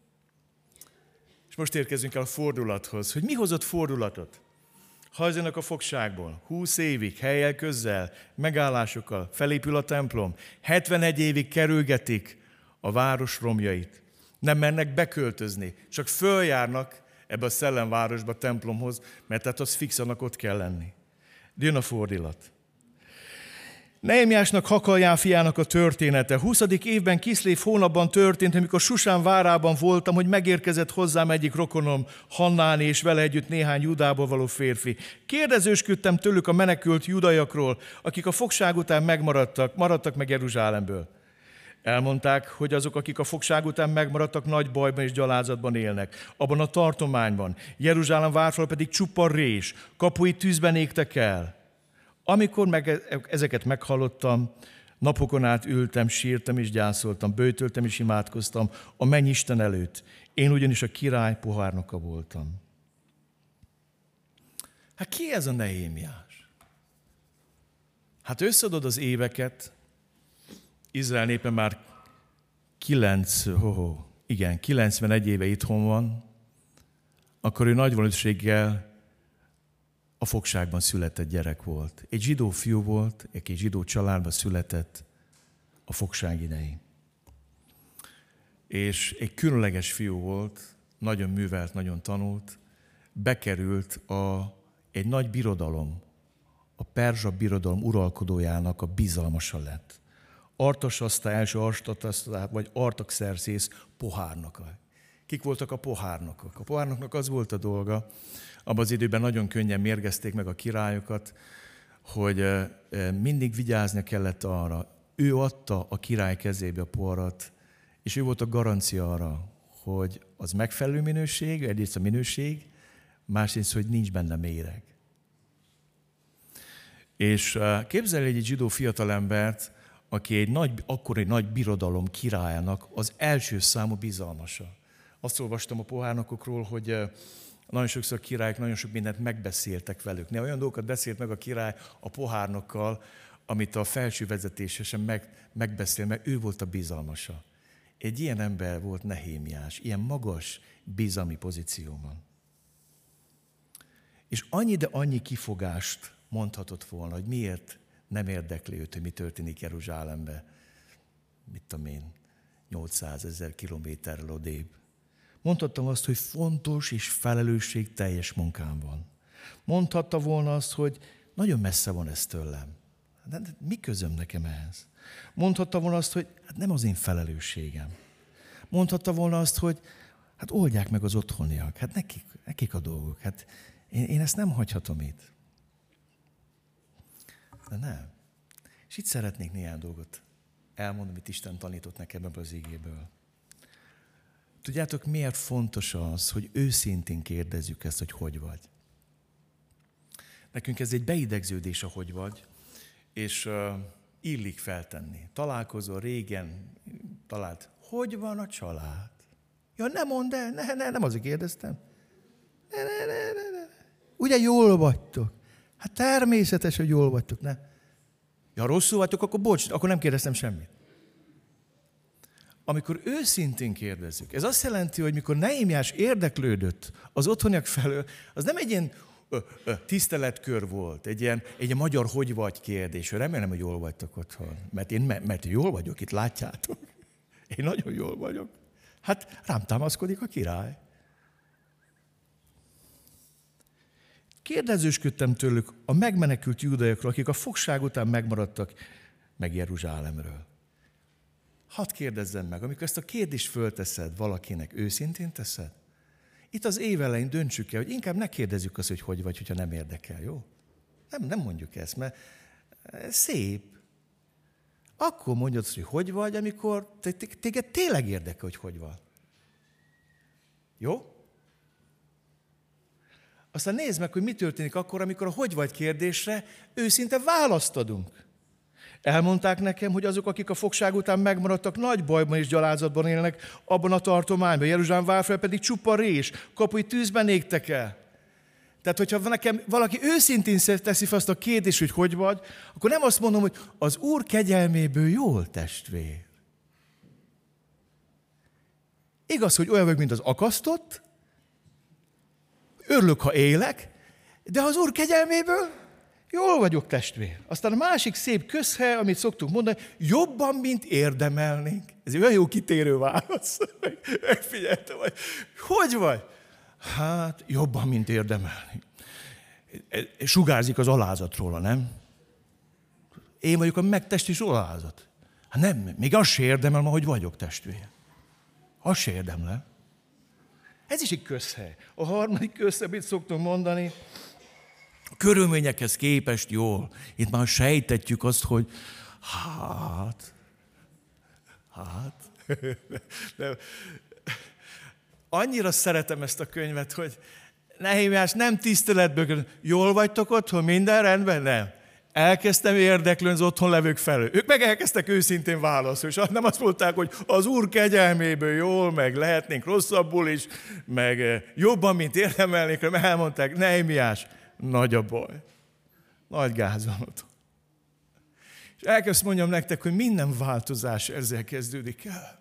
És most érkezünk el a fordulathoz, hogy mi hozott fordulatot? Hajzanak a fogságból, húsz évig, helyel közzel, megállásokkal, felépül a templom, hetvenegy évig kerülgetik a város romjait. Nem mennek beköltözni, csak följárnak ebbe a szellemvárosba, a templomhoz, mert tehát az fixanak ott kell lenni. De jön a fordulat. Nehémiásnak, Hakalján fiának a története. huszadik évben, Kiszlév hónapban történt, amikor Susán várában voltam, hogy megérkezett hozzám egyik rokonom, Hannáni, és vele együtt néhány Judából való férfi. Kérdezősködtem tőlük a menekült judaiakról, akik a fogság után megmaradtak, maradtak meg Jeruzsálemből. Elmondták, hogy azok, akik a fogság után megmaradtak, nagy bajban és gyalázatban élnek. Abban a tartományban. Jeruzsálem várfala pedig csupa rés, kapui tűzben égtek el. Amikor meg ezeket meghallottam, napokon át ültem, sírtam és gyászoltam, böjtöltem és imádkoztam a mennyisten előtt. Én ugyanis a király pohárnoka voltam. Hát ki ez a Nehémiás? Hát összeadod az éveket, Izrael népe már kilenc, oh, igen, kilencvenegy éve itthon van, akkor ő nagy valószínűséggel a fogságban született gyerek volt. Egy zsidó fiú volt, egy zsidó családban született a fogság idején. És egy különleges fiú volt, nagyon művelt, nagyon tanult, bekerült a, egy nagy birodalom, a perzsa birodalom uralkodójának a bizalmasa lett. Artasaszta, első Artasaszta, vagy Artaxerxész pohárnoka. Kik voltak a pohárnokok? A pohárnoknak az volt a dolga, abban az időben nagyon könnyen mérgezték meg a királyokat, hogy mindig vigyázni kellett arra. Ő adta a király kezébe a poharat, és ő volt a garancia arra, hogy az megfelelő minőség, egyrészt a minőség, másrészt, hogy nincs benne méreg. És képzelj egy zsidó fiatalembert, aki egy nagy, akkor egy nagy birodalom királyának az első számú bizalmasa. Azt olvastam a pohárnokokról, hogy nagyon sokszor a királyok nagyon sok mindent megbeszéltek velük. Ne olyan dolgokat beszélt meg a király a pohárnokkal, amit a felső vezetése sem meg, megbeszél, mert ő volt a bizalmasa. Egy ilyen ember volt Nehémiás, ilyen magas bizalmi pozícióban. És annyi, de annyi kifogást mondhatott volna, hogy miért nem érdekli őt, hogy mi történik Jeruzsálemben, mit tudom én, nyolcszázezer kilométerrel odébb. Mondhattam azt, hogy fontos és felelősségteljes munkám van. Mondhatta volna azt, hogy nagyon messze van ez tőlem. De mi közöm nekem ehhez? Mondhatta volna azt, hogy hát nem az én felelősségem. Mondhatta volna azt, hogy hát oldják meg az otthoniak, hát nekik, nekik a dolgok. Hát én, én ezt nem hagyhatom itt. De nem. És itt szeretnék néhány dolgot elmondani, amit Isten tanított nekem ebből az igéből. Tudjátok, miért fontos az, hogy őszintén kérdezzük ezt, hogy hogy vagy? Nekünk ez egy beidegződés, ahogy vagy, és uh, illik feltenni. Találkozol régen, talált, hogy van a család? Ja, ne mondd el, ne, ne, nem azért kérdeztem. Ne, ne, ne, ne, ne. Ugye jól vagytok? Hát természetes, hogy jól vagytok, ne? Ja, rosszul vagytok, akkor bocs, akkor nem kérdeztem semmit. Amikor őszintén kérdezzük, ez azt jelenti, hogy mikor Nehémiás érdeklődött az otthoniak felől, az nem egy ilyen ö, ö, tiszteletkör volt, egy ilyen, egy ilyen magyar hogy vagy kérdés. Remélem, hogy jól vagytok otthon. Mert én mert jól vagyok, itt látjátok. Én nagyon jól vagyok. Hát rám támaszkodik a király. Kérdezősködtem tőlük a megmenekült júdeaiakról, akik a fogság után megmaradtak meg Jeruzsálemről. Hadd kérdezzem meg, amikor ezt a kérdést fölteszed valakinek, őszintén teszed? Itt az év elején döntsük el, hogy inkább ne kérdezzük azt, hogy hogy vagy, hogyha nem érdekel, jó? Nem, nem mondjuk ezt, mert szép. Akkor mondjad azt, hogy hogy vagy, amikor téged tényleg érdekel, hogy hogy van. Jó? Aztán nézd meg, hogy mi történik akkor, amikor a hogy vagy kérdésre őszinte választ adunk. Elmondták nekem, hogy azok, akik a fogság után megmaradtak, nagy bajban és gyalázatban élnek abban a tartományban. Jeruzsálem várfel pedig csupa rés, kapui tűzben égtek el. Tehát, hogyha nekem valaki őszintén teszi fel azt a kérdést, hogy hogy vagy, akkor nem azt mondom, hogy az Úr kegyelméből jól, testvér. Igaz, hogy olyan vagy, mint az akasztott, örülök, ha élek, de az Úr kegyelméből jól vagyok, testvér. Aztán a másik szép közhely, amit szoktunk mondani, jobban, mint érdemelnénk. Ez egy olyan jó kitérő válasz. Megfigyeltem, hogy hogy vagy? Hát, jobban, mint érdemelnénk. Sugárzik az alázatról, nem? Én vagyok a megtestés alázat. Hát nem, még azt se érdemel, hogy vagyok, testvér. Azt se érdemlem. Ez is egy közhely. A harmadik közhely, amit szoktunk mondani, a körülményekhez képest jól. Itt már sejtetjük azt, hogy hát, hát. De annyira szeretem ezt a könyvet, hogy Nehémiás nem tiszteletből, jól vagytok otthon, minden rendben? Nem. elkezdtem érdeklődni az otthon levők felől. Ők meg elkezdtek őszintén válaszolni, és nem azt mondták, hogy az Úr kegyelméből jól, meg lehetnénk rosszabbul is, meg jobban, mint érdemelnék, mert elmondták, Nehémiás, nagy a baj. Nagy gáz van ott. És elkezd mondjam nektek, hogy minden változás ezzel kezdődik el.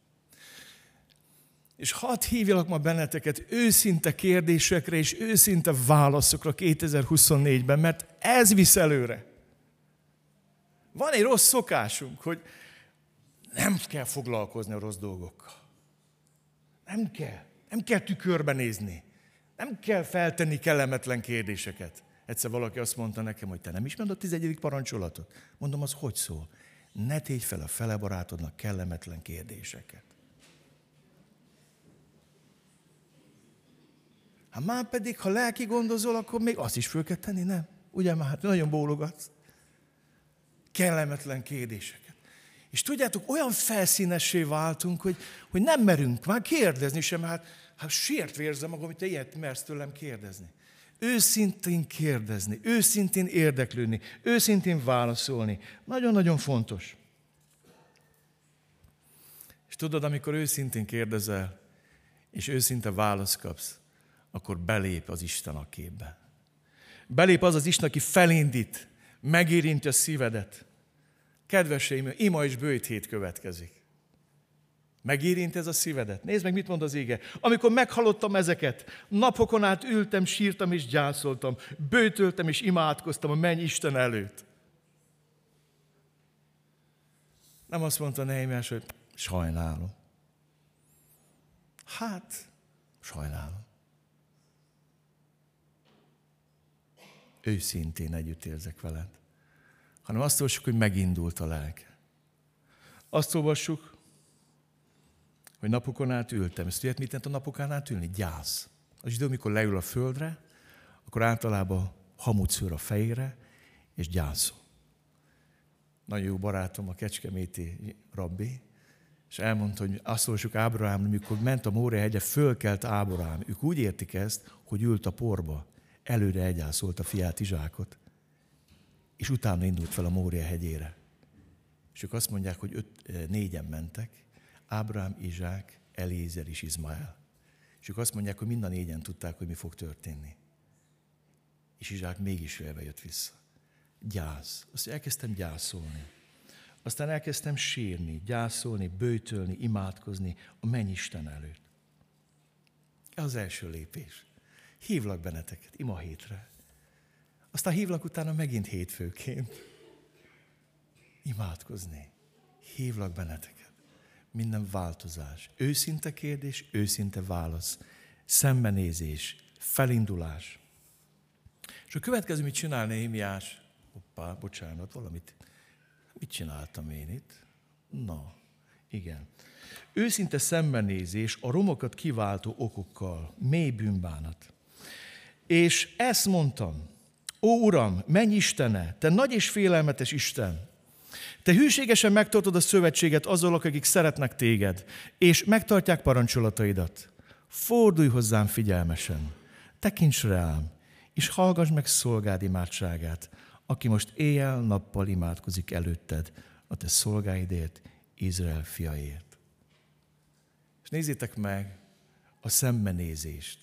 És hadd hívjalak ma benneteket őszinte kérdésekre és őszinte válaszokra kétezer-huszonnégyben, mert ez visz előre. Van egy rossz szokásunk, hogy nem kell foglalkozni a rossz dolgokkal. Nem kell. Nem kell tükörbe nézni. Nem kell feltenni kellemetlen kérdéseket. Egyszer valaki azt mondta nekem, hogy te nem ismered a tizegyedik parancsolatot? Mondom, az hogy szól? Ne tégy fel a fele barátodnak kellemetlen kérdéseket. Hát már pedig, ha lelki gondozol, akkor még azt is föl kell tenni, nem? Ugye már hát nagyon bólogatsz. Kellemetlen kérdéseket. És tudjátok, olyan felszínessé váltunk, hogy, hogy nem merünk már kérdezni sem, hát, hát sértve érzem magam, hogy te ilyet mersz tőlem kérdezni. Őszintén kérdezni, őszintén érdeklődni, őszintén válaszolni. Nagyon-nagyon fontos. És tudod, amikor őszintén kérdezel, és őszinte választ kapsz, akkor belép az Isten a képbe. Belép az az Isten, aki felindít, megérinti a szívedet. Kedveseim, ima és bőjt hét következik. Megérint ez a szívedet? Nézd meg, mit mond az ége. Amikor meghallottam ezeket, napokon át ültem, sírtam és gyászoltam, bőtöltem és imádkoztam a menny Isten előtt. Nem azt mondta Nehémiás, hogy sajnálom. Hát, sajnálom. Őszintén együtt érzek veled. Hanem azt olvassuk, hogy megindult a lelke. Azt olvassuk, hogy napokon át ültem. Ezt tudjátok, mit jelent a napokon át ülni? Gyász. Az idő, amikor leül a földre, akkor általában hamut szőr a fejére, és gyászol. Nagyon jó barátom, a kecskeméti rabbi, és elmondta, hogy azt olvassuk Ábrahámról, amikor ment a Mória hegye, fölkelt Ábrahám. Ők úgy értik ezt, hogy ült a porba. Előre elgyászolt a fiát, Izsákot, és utána indult fel a Mória hegyére. És ők azt mondják, hogy öt, négyen mentek, Ábrahám, Izsák, Eliezer és Izmael. És ők azt mondják, hogy mind a négyen tudták, hogy mi fog történni. És Izsák mégis félve jött vissza. Gyász. Azt elkezdtem gyászolni. Aztán elkezdtem sírni, gyászolni, böjtölni, imádkozni a menny Isten előtt. Ez az első lépés. Hívlak benneteket ima hétre. Aztán hívlak utána megint hétfőként. Imádkozni. Hívlak benneteket. Minden változás. Őszinte kérdés, őszinte válasz. Szembenézés, felindulás. És a következő, mit csinál Nehémiás? Hoppá, bocsánat, valamit. Mit csináltam én itt? Na, igen. Őszinte szembenézés a romokat kiváltó okokkal. Mély bűnbánat. És ezt mondtam, ó Uram, menj Istene, te nagy és félelmetes Isten. Te hűségesen megtartod a szövetséget azok, akik szeretnek téged, és megtartják parancsolataidat. Fordulj hozzám figyelmesen, tekints rám, és hallgass meg szolgád imádságát, aki most éjjel-nappal imádkozik előtted, a te szolgáidért, Izrael fiaiért. És nézzétek meg a szembenézést.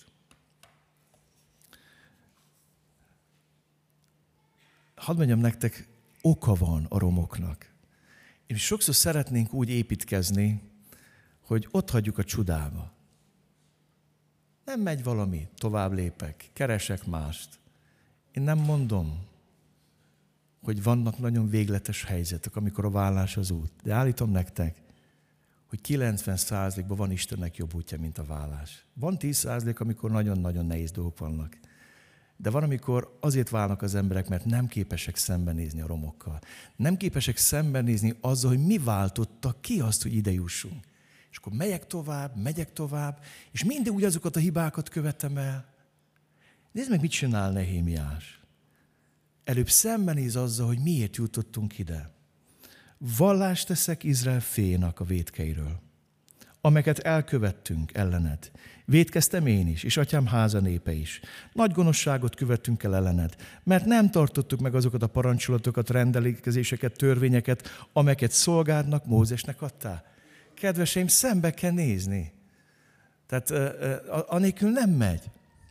Hadd mondjam nektek, oka van a romoknak. És sokszor szeretnénk úgy építkezni, hogy ott hagyjuk a csudába. Nem megy valami, tovább lépek, keresek mást. Én nem mondom, hogy vannak nagyon végletes helyzetek, amikor a vállás az út. De állítom nektek, hogy kilencven százalékban van Istennek jobb útja, mint a vállás. Van tíz százalék, amikor nagyon-nagyon nehéz dolgok vannak. De van, amikor azért válnak az emberek, mert nem képesek szembenézni a romokkal. Nem képesek szembenézni azzal, hogy mi váltotta ki azt, hogy ide jussunk. És akkor megyek tovább, megyek tovább, és mindig úgy azokat a hibákat követem el. Nézd meg, mit csinál Nehémiás. Előbb szembenéz azzal, hogy miért jutottunk ide. Vallást teszek Izrael fénak a vétkeiről. amelyeket elkövettünk ellened. Vétkeztem én is, és atyám háza népe is. Nagy gonoszságot követtünk el ellened, mert nem tartottuk meg azokat a parancsolatokat, rendelkezéseket, törvényeket, amelyeket szolgádnak, Mózesnek adtál. Kedveseim, szembe kell nézni. Tehát anélkül nem megy.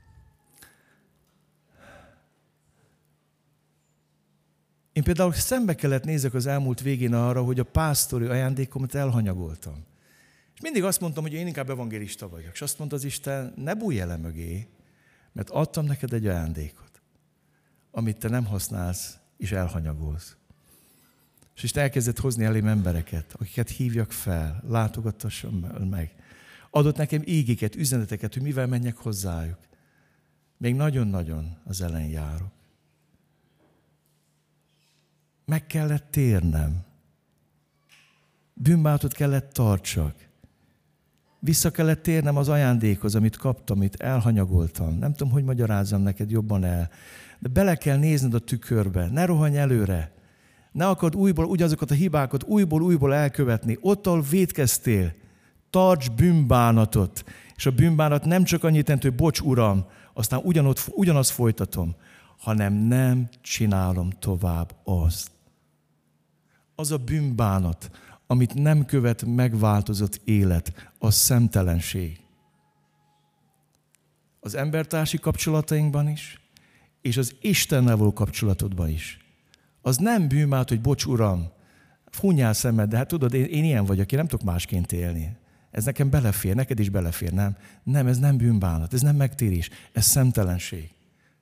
Én például szembe kellett nézek az elmúlt végén arra, hogy a pásztori ajándékomat elhanyagoltam. És mindig azt mondtam, hogy én inkább evangélista vagyok. És azt mondta az Isten, ne bújj ele mögé, mert adtam neked egy ajándékot, amit te nem használsz és elhanyagolsz. És Isten elkezdett hozni elém embereket, akiket hívjak fel, látogattassam meg. Adott nekem ígéket, üzeneteket, hogy mivel menjek hozzájuk. Még nagyon-nagyon az elején járok. Meg kellett térnem. Bűnbánatot kellett tartsak. Vissza kellett térnem az ajándékhoz, amit kaptam, amit elhanyagoltam. Nem tudom, hogy magyarázzam neked jobban el. De bele kell nézned a tükörbe. Ne rohanj előre. Ne akard újból ugyanazokat a hibákat újból, újból elkövetni. Ott, ahol vétkeztél, tarts bűnbánatot. És a bűnbánat nem csak annyit jelent, hogy bocs, Uram, aztán ugyanott, ugyanazt folytatom, hanem nem csinálom tovább azt. Az a bűnbánat, amit nem követ megváltozott élet, az szemtelenség. Az embertársi kapcsolatainkban is, és az Istennel való kapcsolatodban is. Az nem bűnbánat, hogy bocs, Uram, hunnyál szemed, de hát tudod, én, én ilyen vagyok, én nem tudok másként élni. Ez nekem belefér, neked is belefér, nem? Nem, ez nem bűnbánat, ez nem megtérés, ez szemtelenség.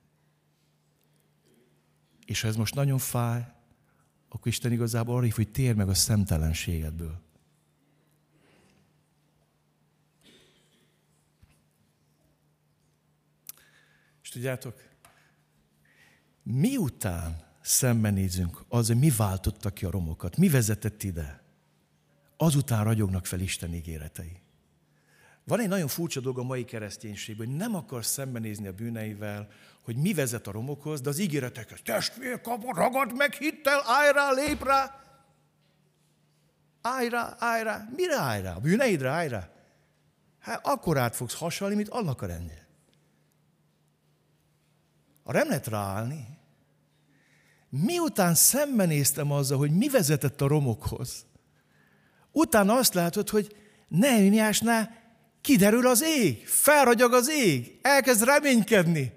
És ha ez most nagyon fáj, akkor Isten igazából arra hív, hogy térj meg a szemtelenségedből. És tudjátok, miután szembenézünk az, hogy mi váltotta ki a romokat, mi vezetett ide, azután ragyognak fel Isten ígéretei. Van egy nagyon furcsa dolog a mai kereszténységben, hogy nem akar szembenézni a bűneivel, hogy mi vezet a romokhoz, de az ígéretekhez. Testvér, kapod, ragad meg hittel, állj rá, lép rá. Állj rá, állj rá. Mire állj rá? A bűneidre állj rá? Hát akkor át fogsz hasonlni, mint annak a rendje. A nem lehet ráállni. Miután szembenéztem azzal, hogy mi vezetett a romokhoz, utána azt látod, hogy Nehémiásnál kiderül az ég, felragyog az ég, elkezd reménykedni.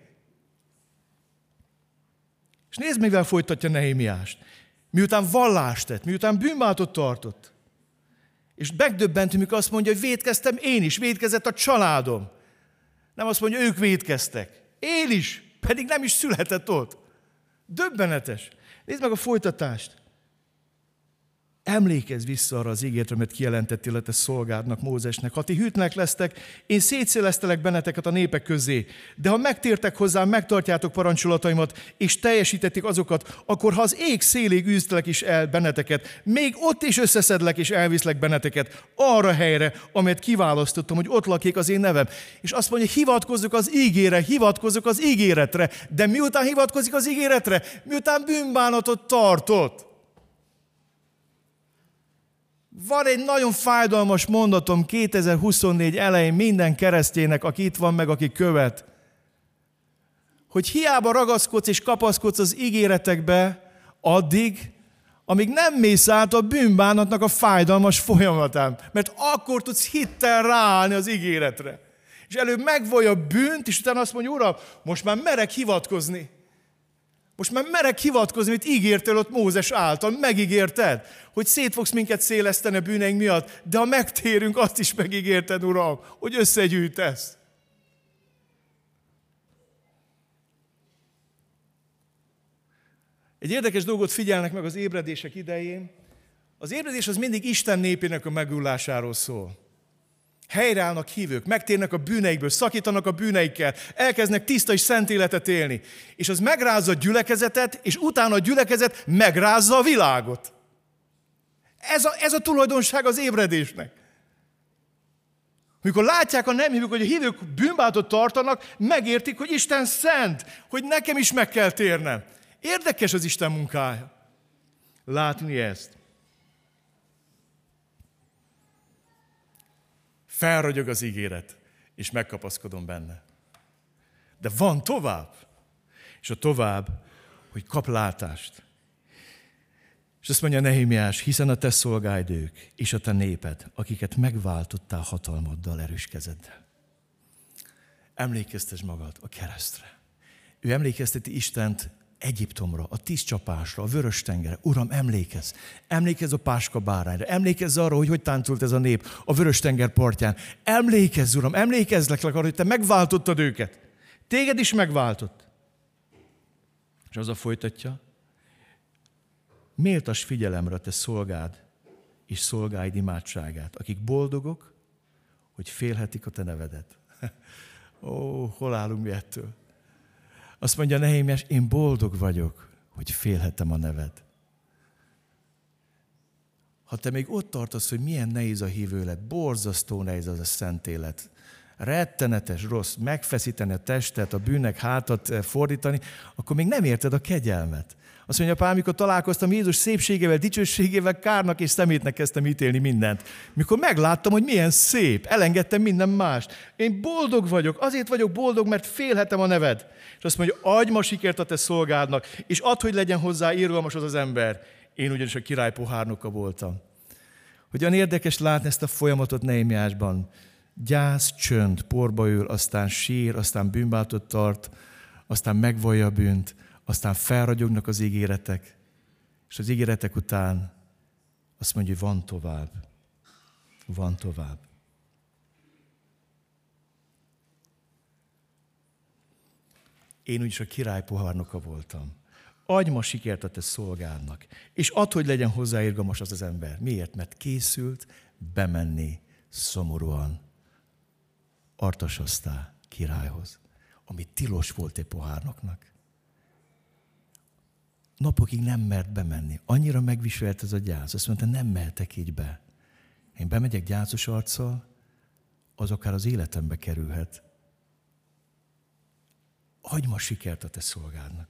És nézd, mivel folytatja Nehémiást. Miután vallást tett, miután bűnbánatot tartott. És megdöbbentünk, mikor azt mondja, hogy vétkeztem én is, vétkezett a családom. Nem azt mondja, ők vétkeztek. Én is, pedig nem is született ott. Döbbenetes. Nézd meg a folytatást. Emlékezz vissza arra az ígéretre, amit kijelentettél a te szolgádnak, Mózesnek. Ha ti hűtlenek lesztek, én szétszélesztelek benneteket a népek közé. De ha megtértek hozzám, megtartjátok parancsolataimat, és teljesítették azokat, akkor ha az ég szélig űztelek is el benneteket, még ott is összeszedlek és elviszlek benneteket arra a helyre, amelyet kiválasztottam, hogy ott lakik az én nevem. És azt mondja, hivatkozzuk az ígére, hivatkozzuk az ígéretre. De miután hivatkozik az ígéretre? Miután bűnbánatot tartott. Van egy nagyon fájdalmas mondatom kétezer-huszonnégy elején minden kereszténynek, aki itt van meg, aki követ, hogy hiába ragaszkodsz és kapaszkodsz az ígéretekbe addig, amíg nem mész át a bűnbánatnak a fájdalmas folyamatán. Mert akkor tudsz hittel ráállni az ígéretre. És előbb megvallja a bűnt, és utána azt mondja, Uram, most már merek hivatkozni. Most már merek hivatkozni, amit ígértél ott Mózes által, megígérted, hogy szét fogsz minket széleszteni a bűneink miatt, de ha megtérünk, azt is megígérted, Uram, hogy összegyűjtesz. Egy érdekes dolgot figyelnek meg az ébredések idején. Az ébredés az mindig Isten népének a megújulásáról szól. Helyreállnak hívők, megtérnek a bűneikből, szakítanak a bűneikkel, elkezdnek tiszta és szent életet élni. És az megrázza a gyülekezetet, és utána a gyülekezet megrázza a világot. Ez a, ez a tulajdonság az ébredésnek. Amikor látják a nem hívők, hogy a hívők bűnbánatot tartanak, megértik, hogy Isten szent, hogy nekem is meg kell térnem. Érdekes az Isten munkája. Látni ezt. felragyog az ígéret, és megkapaszkodom benne. De van tovább. És a tovább, hogy kap látást. És azt mondja Nehémiás, hiszen a te szolgáid ők, és a te néped, akiket megváltottál hatalmaddal, erős kezeddel. Emlékeztes magad a keresztre. Ő emlékezteti Istent Egyiptomra, a tíz csapásra, a vörös tengerre. Uram, emlékezz! Emlékezz a páska bárányra. Emlékezz arra, hogy hogy táncult ez a nép a vörös tenger partján. Emlékezz, Uram, emlékezzlek arra, hogy te megváltottad őket. Téged is megváltott. És az a folytatja, méltas figyelemre te szolgád és szolgáid imádságát, akik boldogok, hogy félhetik a te nevedet. Ó, hol állunk mi ettől? Azt mondja Nehémiás, én boldog vagyok, hogy félhetem a neved. Ha te még ott tartasz, hogy milyen nehéz a hívő élet, borzasztó nehéz az a szent élet, rettenetes, rossz, megfeszíteni a testet, a bűnnek hátat fordítani, akkor még nem érted a kegyelmet. Azt mondja, Pál, amikor találkoztam Jézus szépségével, dicsőségével, kárnak és szemétnek kezdtem ítélni mindent. Mikor megláttam, hogy milyen szép, elengedtem minden mást. Én boldog vagyok, azért vagyok boldog, mert félhetem a neved. És azt mondja, adj ma sikert a te szolgádnak, és add, hogy legyen hozzá irgalmas az az ember. Én ugyanis a király pohárnoka voltam. Hogyan érdekes látni ezt a folyamatot Nehémiásban. Gyász, csönd, porba ül, aztán sír, aztán bűnbánatot tart, aztán megvallja a bűnt, aztán felragyognak az ígéretek, és az ígéretek után azt mondja, hogy van tovább. Van tovább. Én úgyis a király pohárnoka voltam. Adj ma sikert a te szolgádnak, és add, hogy legyen hozzá irgalmas az az ember. Miért? Mert készült bemenni szomorúan Artasasztá királyhoz, ami tilos volt egy pohárnoknak. Napokig nem mert bemenni. Annyira megviselt ez a gyász. Azt mondta, nem mehetek így be. Én bemegyek gyászos arccal, az akár az életembe kerülhet. Adj ma sikert a te szolgádnak.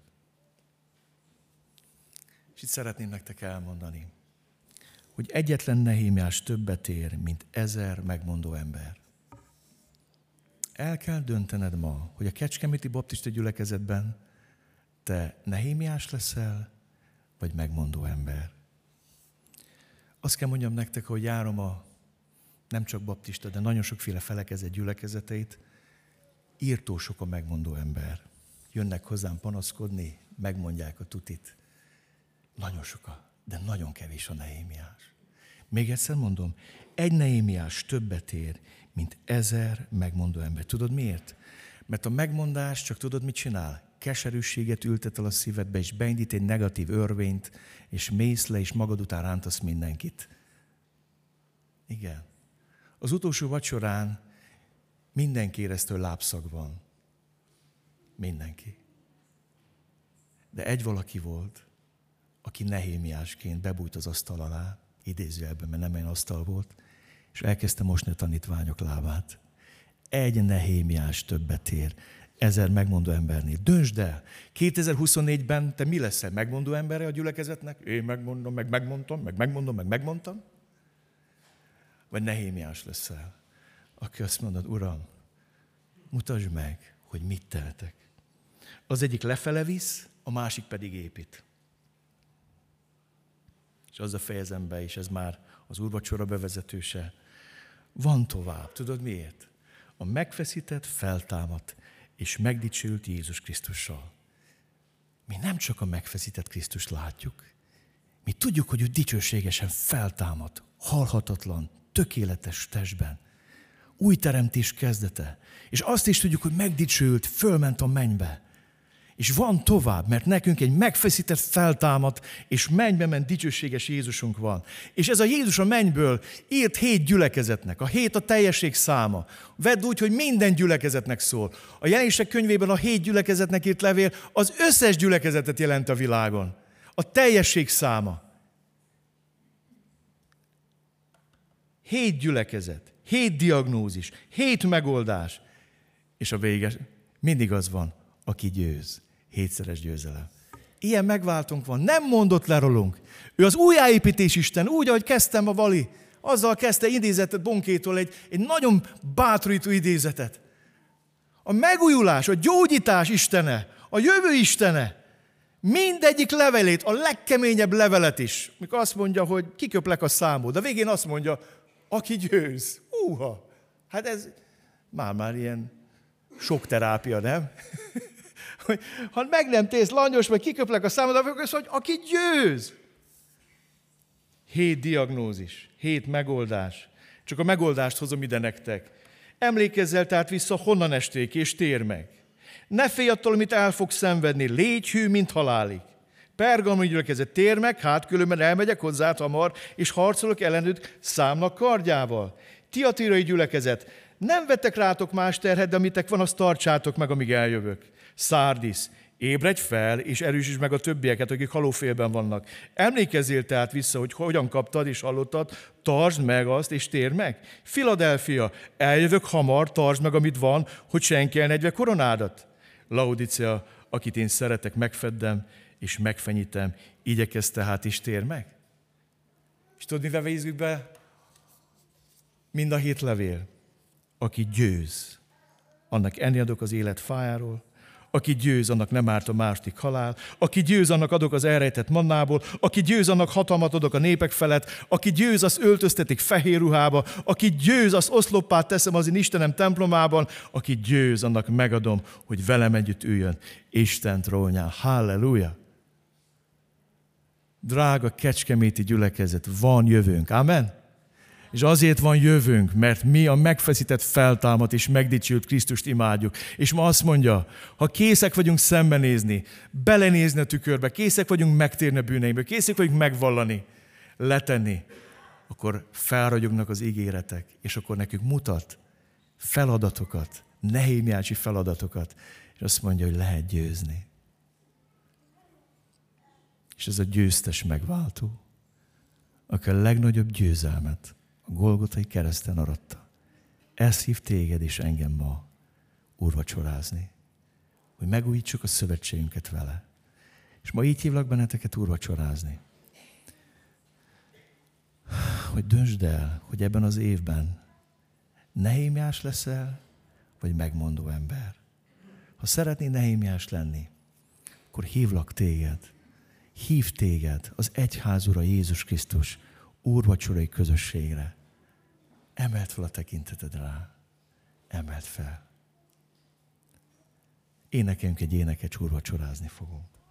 És itt szeretném nektek elmondani, hogy egyetlen Nehémiás többet ér, mint ezer megmondó ember. El kell döntened ma, hogy a Kecskeméti Baptista gyülekezetben te Nehémiás leszel, vagy megmondó ember. Azt kell mondjam nektek, hogy járom a nem csak baptista, de nagyon sokféle felekezet gyülekezeteit, írtó sok a megmondó ember. Jönnek hozzám panaszkodni, megmondják a tutit. Nagyon sokan, de nagyon kevés a Nehémiás. Még egyszer mondom, egy Nehémiás többet ér, mint ezer megmondó ember. Tudod miért? Mert a megmondás csak tudod, mit csinál? Keserűséget ültet el a szívedbe, és beindít egy negatív örvényt, és mész le, és magad után rántasz mindenkit. Igen. Az utolsó vacsorán mindenki érezte, hogy lábszag van. Mindenki. De egy valaki volt, aki Nehémiásként bebújt az asztal alá, idézőjelben, mert nem egy asztal volt, és elkezdte mosni a tanítványok lábát. Egy Nehémiás többet ér, ezer megmondó embernél. Döntsd el, kétezer-huszonnégyben te mi leszel? Megmondó embere a gyülekezetnek? Én megmondom, meg megmondtam, meg megmondom, meg megmondtam? Vagy Nehémiás leszel, aki azt mondod, Uram, mutasd meg, hogy mit tehetek. Az egyik lefele visz, a másik pedig épít. És azzal fejezem be, és ez már az úrvacsora bevezetőse. Van tovább. Tudod miért? A megfeszített, feltámadt és megdicsült Jézus Krisztussal. Mi nem csak a megfeszített Krisztust látjuk. Mi tudjuk, hogy ő dicsőségesen feltámadt, halhatatlan, tökéletes testben. Új teremtés kezdete. És azt is tudjuk, hogy megdicsült, fölment a mennybe. És van tovább, mert nekünk egy megfeszített, feltámadt és mennybe ment dicsőséges Jézusunk van. És ez a Jézus a mennyből írt hét gyülekezetnek. A hét a teljesség száma. Vedd úgy, hogy minden gyülekezetnek szól. A Jelenések könyvében a hét gyülekezetnek írt levél az összes gyülekezetet jelent a világon. A teljesség száma. Hét gyülekezet, hét diagnózis, hét megoldás. És a vége mindig az van, aki győz. Hétszeres győzelem. Ilyen megváltunk van, nem mondott le rólunk. Ő az újjáépítés Isten, úgy, ahogy kezdtem a Vali, Azzal kezdte idézetet Bonkétól, egy, egy nagyon bátorító idézetet. A megújulás, a gyógyítás istene, a jövő istene, mindegyik levelét, a legkeményebb levelet is, mikor azt mondja, hogy kiköplek a számod, de végén azt mondja, aki győz. Húha! Hát ez már-már ilyen sok terápia, nem? Ha meg nem tész langyos, vagy kiköplek a számod, akkor azt mondja, aki győz. Hét diagnózis, hét megoldás. Csak a megoldást hozom ide nektek. Emlékezzel tehát vissza, honnan esték, és tér meg. Ne félj attól, amit el fogsz szenvedni, légy hű, mint halálig. Pergamoni gyülekezet, tér meg, hát különben elmegyek hozzád hamar, és harcolok ellenőd számnak kardjával. Tiatirai gyülekezet, nem vettek rátok más terhet, de amitek van, azt tartsátok meg, amíg eljövök. Szárdisz, ébredj fel, és erősítsd meg a többieket, akik halófélben vannak. Emlékezzél tehát vissza, hogy hogyan kaptad és hallottad, tartsd meg azt, és térd meg. Filadelfia, eljövök hamar, tartsd meg, amit van, hogy senki el ne vegye koronádat. Laodicea, akit én szeretek, megfeddem, és megfenyítem, igyekezz tehát is tér meg. És tudod, mivel végezzük be? Mind a hét levél. Aki győz, annak enni adok az élet fájáról, aki győz, annak nem árt a második halál, aki győz, annak adok az elrejtett mannából, aki győz, annak hatalmat adok a népek felett, aki győz, azt öltöztetik fehér ruhába, aki győz, azt oszloppá teszem az én Istenem templomában, aki győz, annak megadom, hogy velem együtt üljön Isten trónján. Halleluja! Drága kecskeméti gyülekezet, van jövőnk. Amen? És azért van jövőnk, mert mi a megfeszített, feltámadt és megdicsült Krisztust imádjuk. És ma azt mondja, ha készek vagyunk szembenézni, belenézni a tükörbe, készek vagyunk megtérni a bűneinkből, készek vagyunk megvallani, letenni, akkor felragyognak az ígéretek, és akkor nekünk mutat feladatokat, nehémiási feladatokat, és azt mondja, hogy lehet győzni. És ez a győztes megváltó, aki a legnagyobb győzelmet a Golgotai kereszten aratta. Ez hív téged és engem ma úrvacsorázni, hogy megújítsuk a szövetségünket vele. És ma így hívlak benneteket úrvacsorázni, hogy döntsd el, hogy ebben az évben Nehémiás leszel, vagy megmondó ember. Ha szeretnél Nehémiás lenni, akkor hívlak téged, hív téged az egyház ura Jézus Krisztus úrvacsorai közösségre. Emeld fel a tekinteted rá. Emeld fel. Énekeljünk egy éneket, úrvacsorázni fogunk.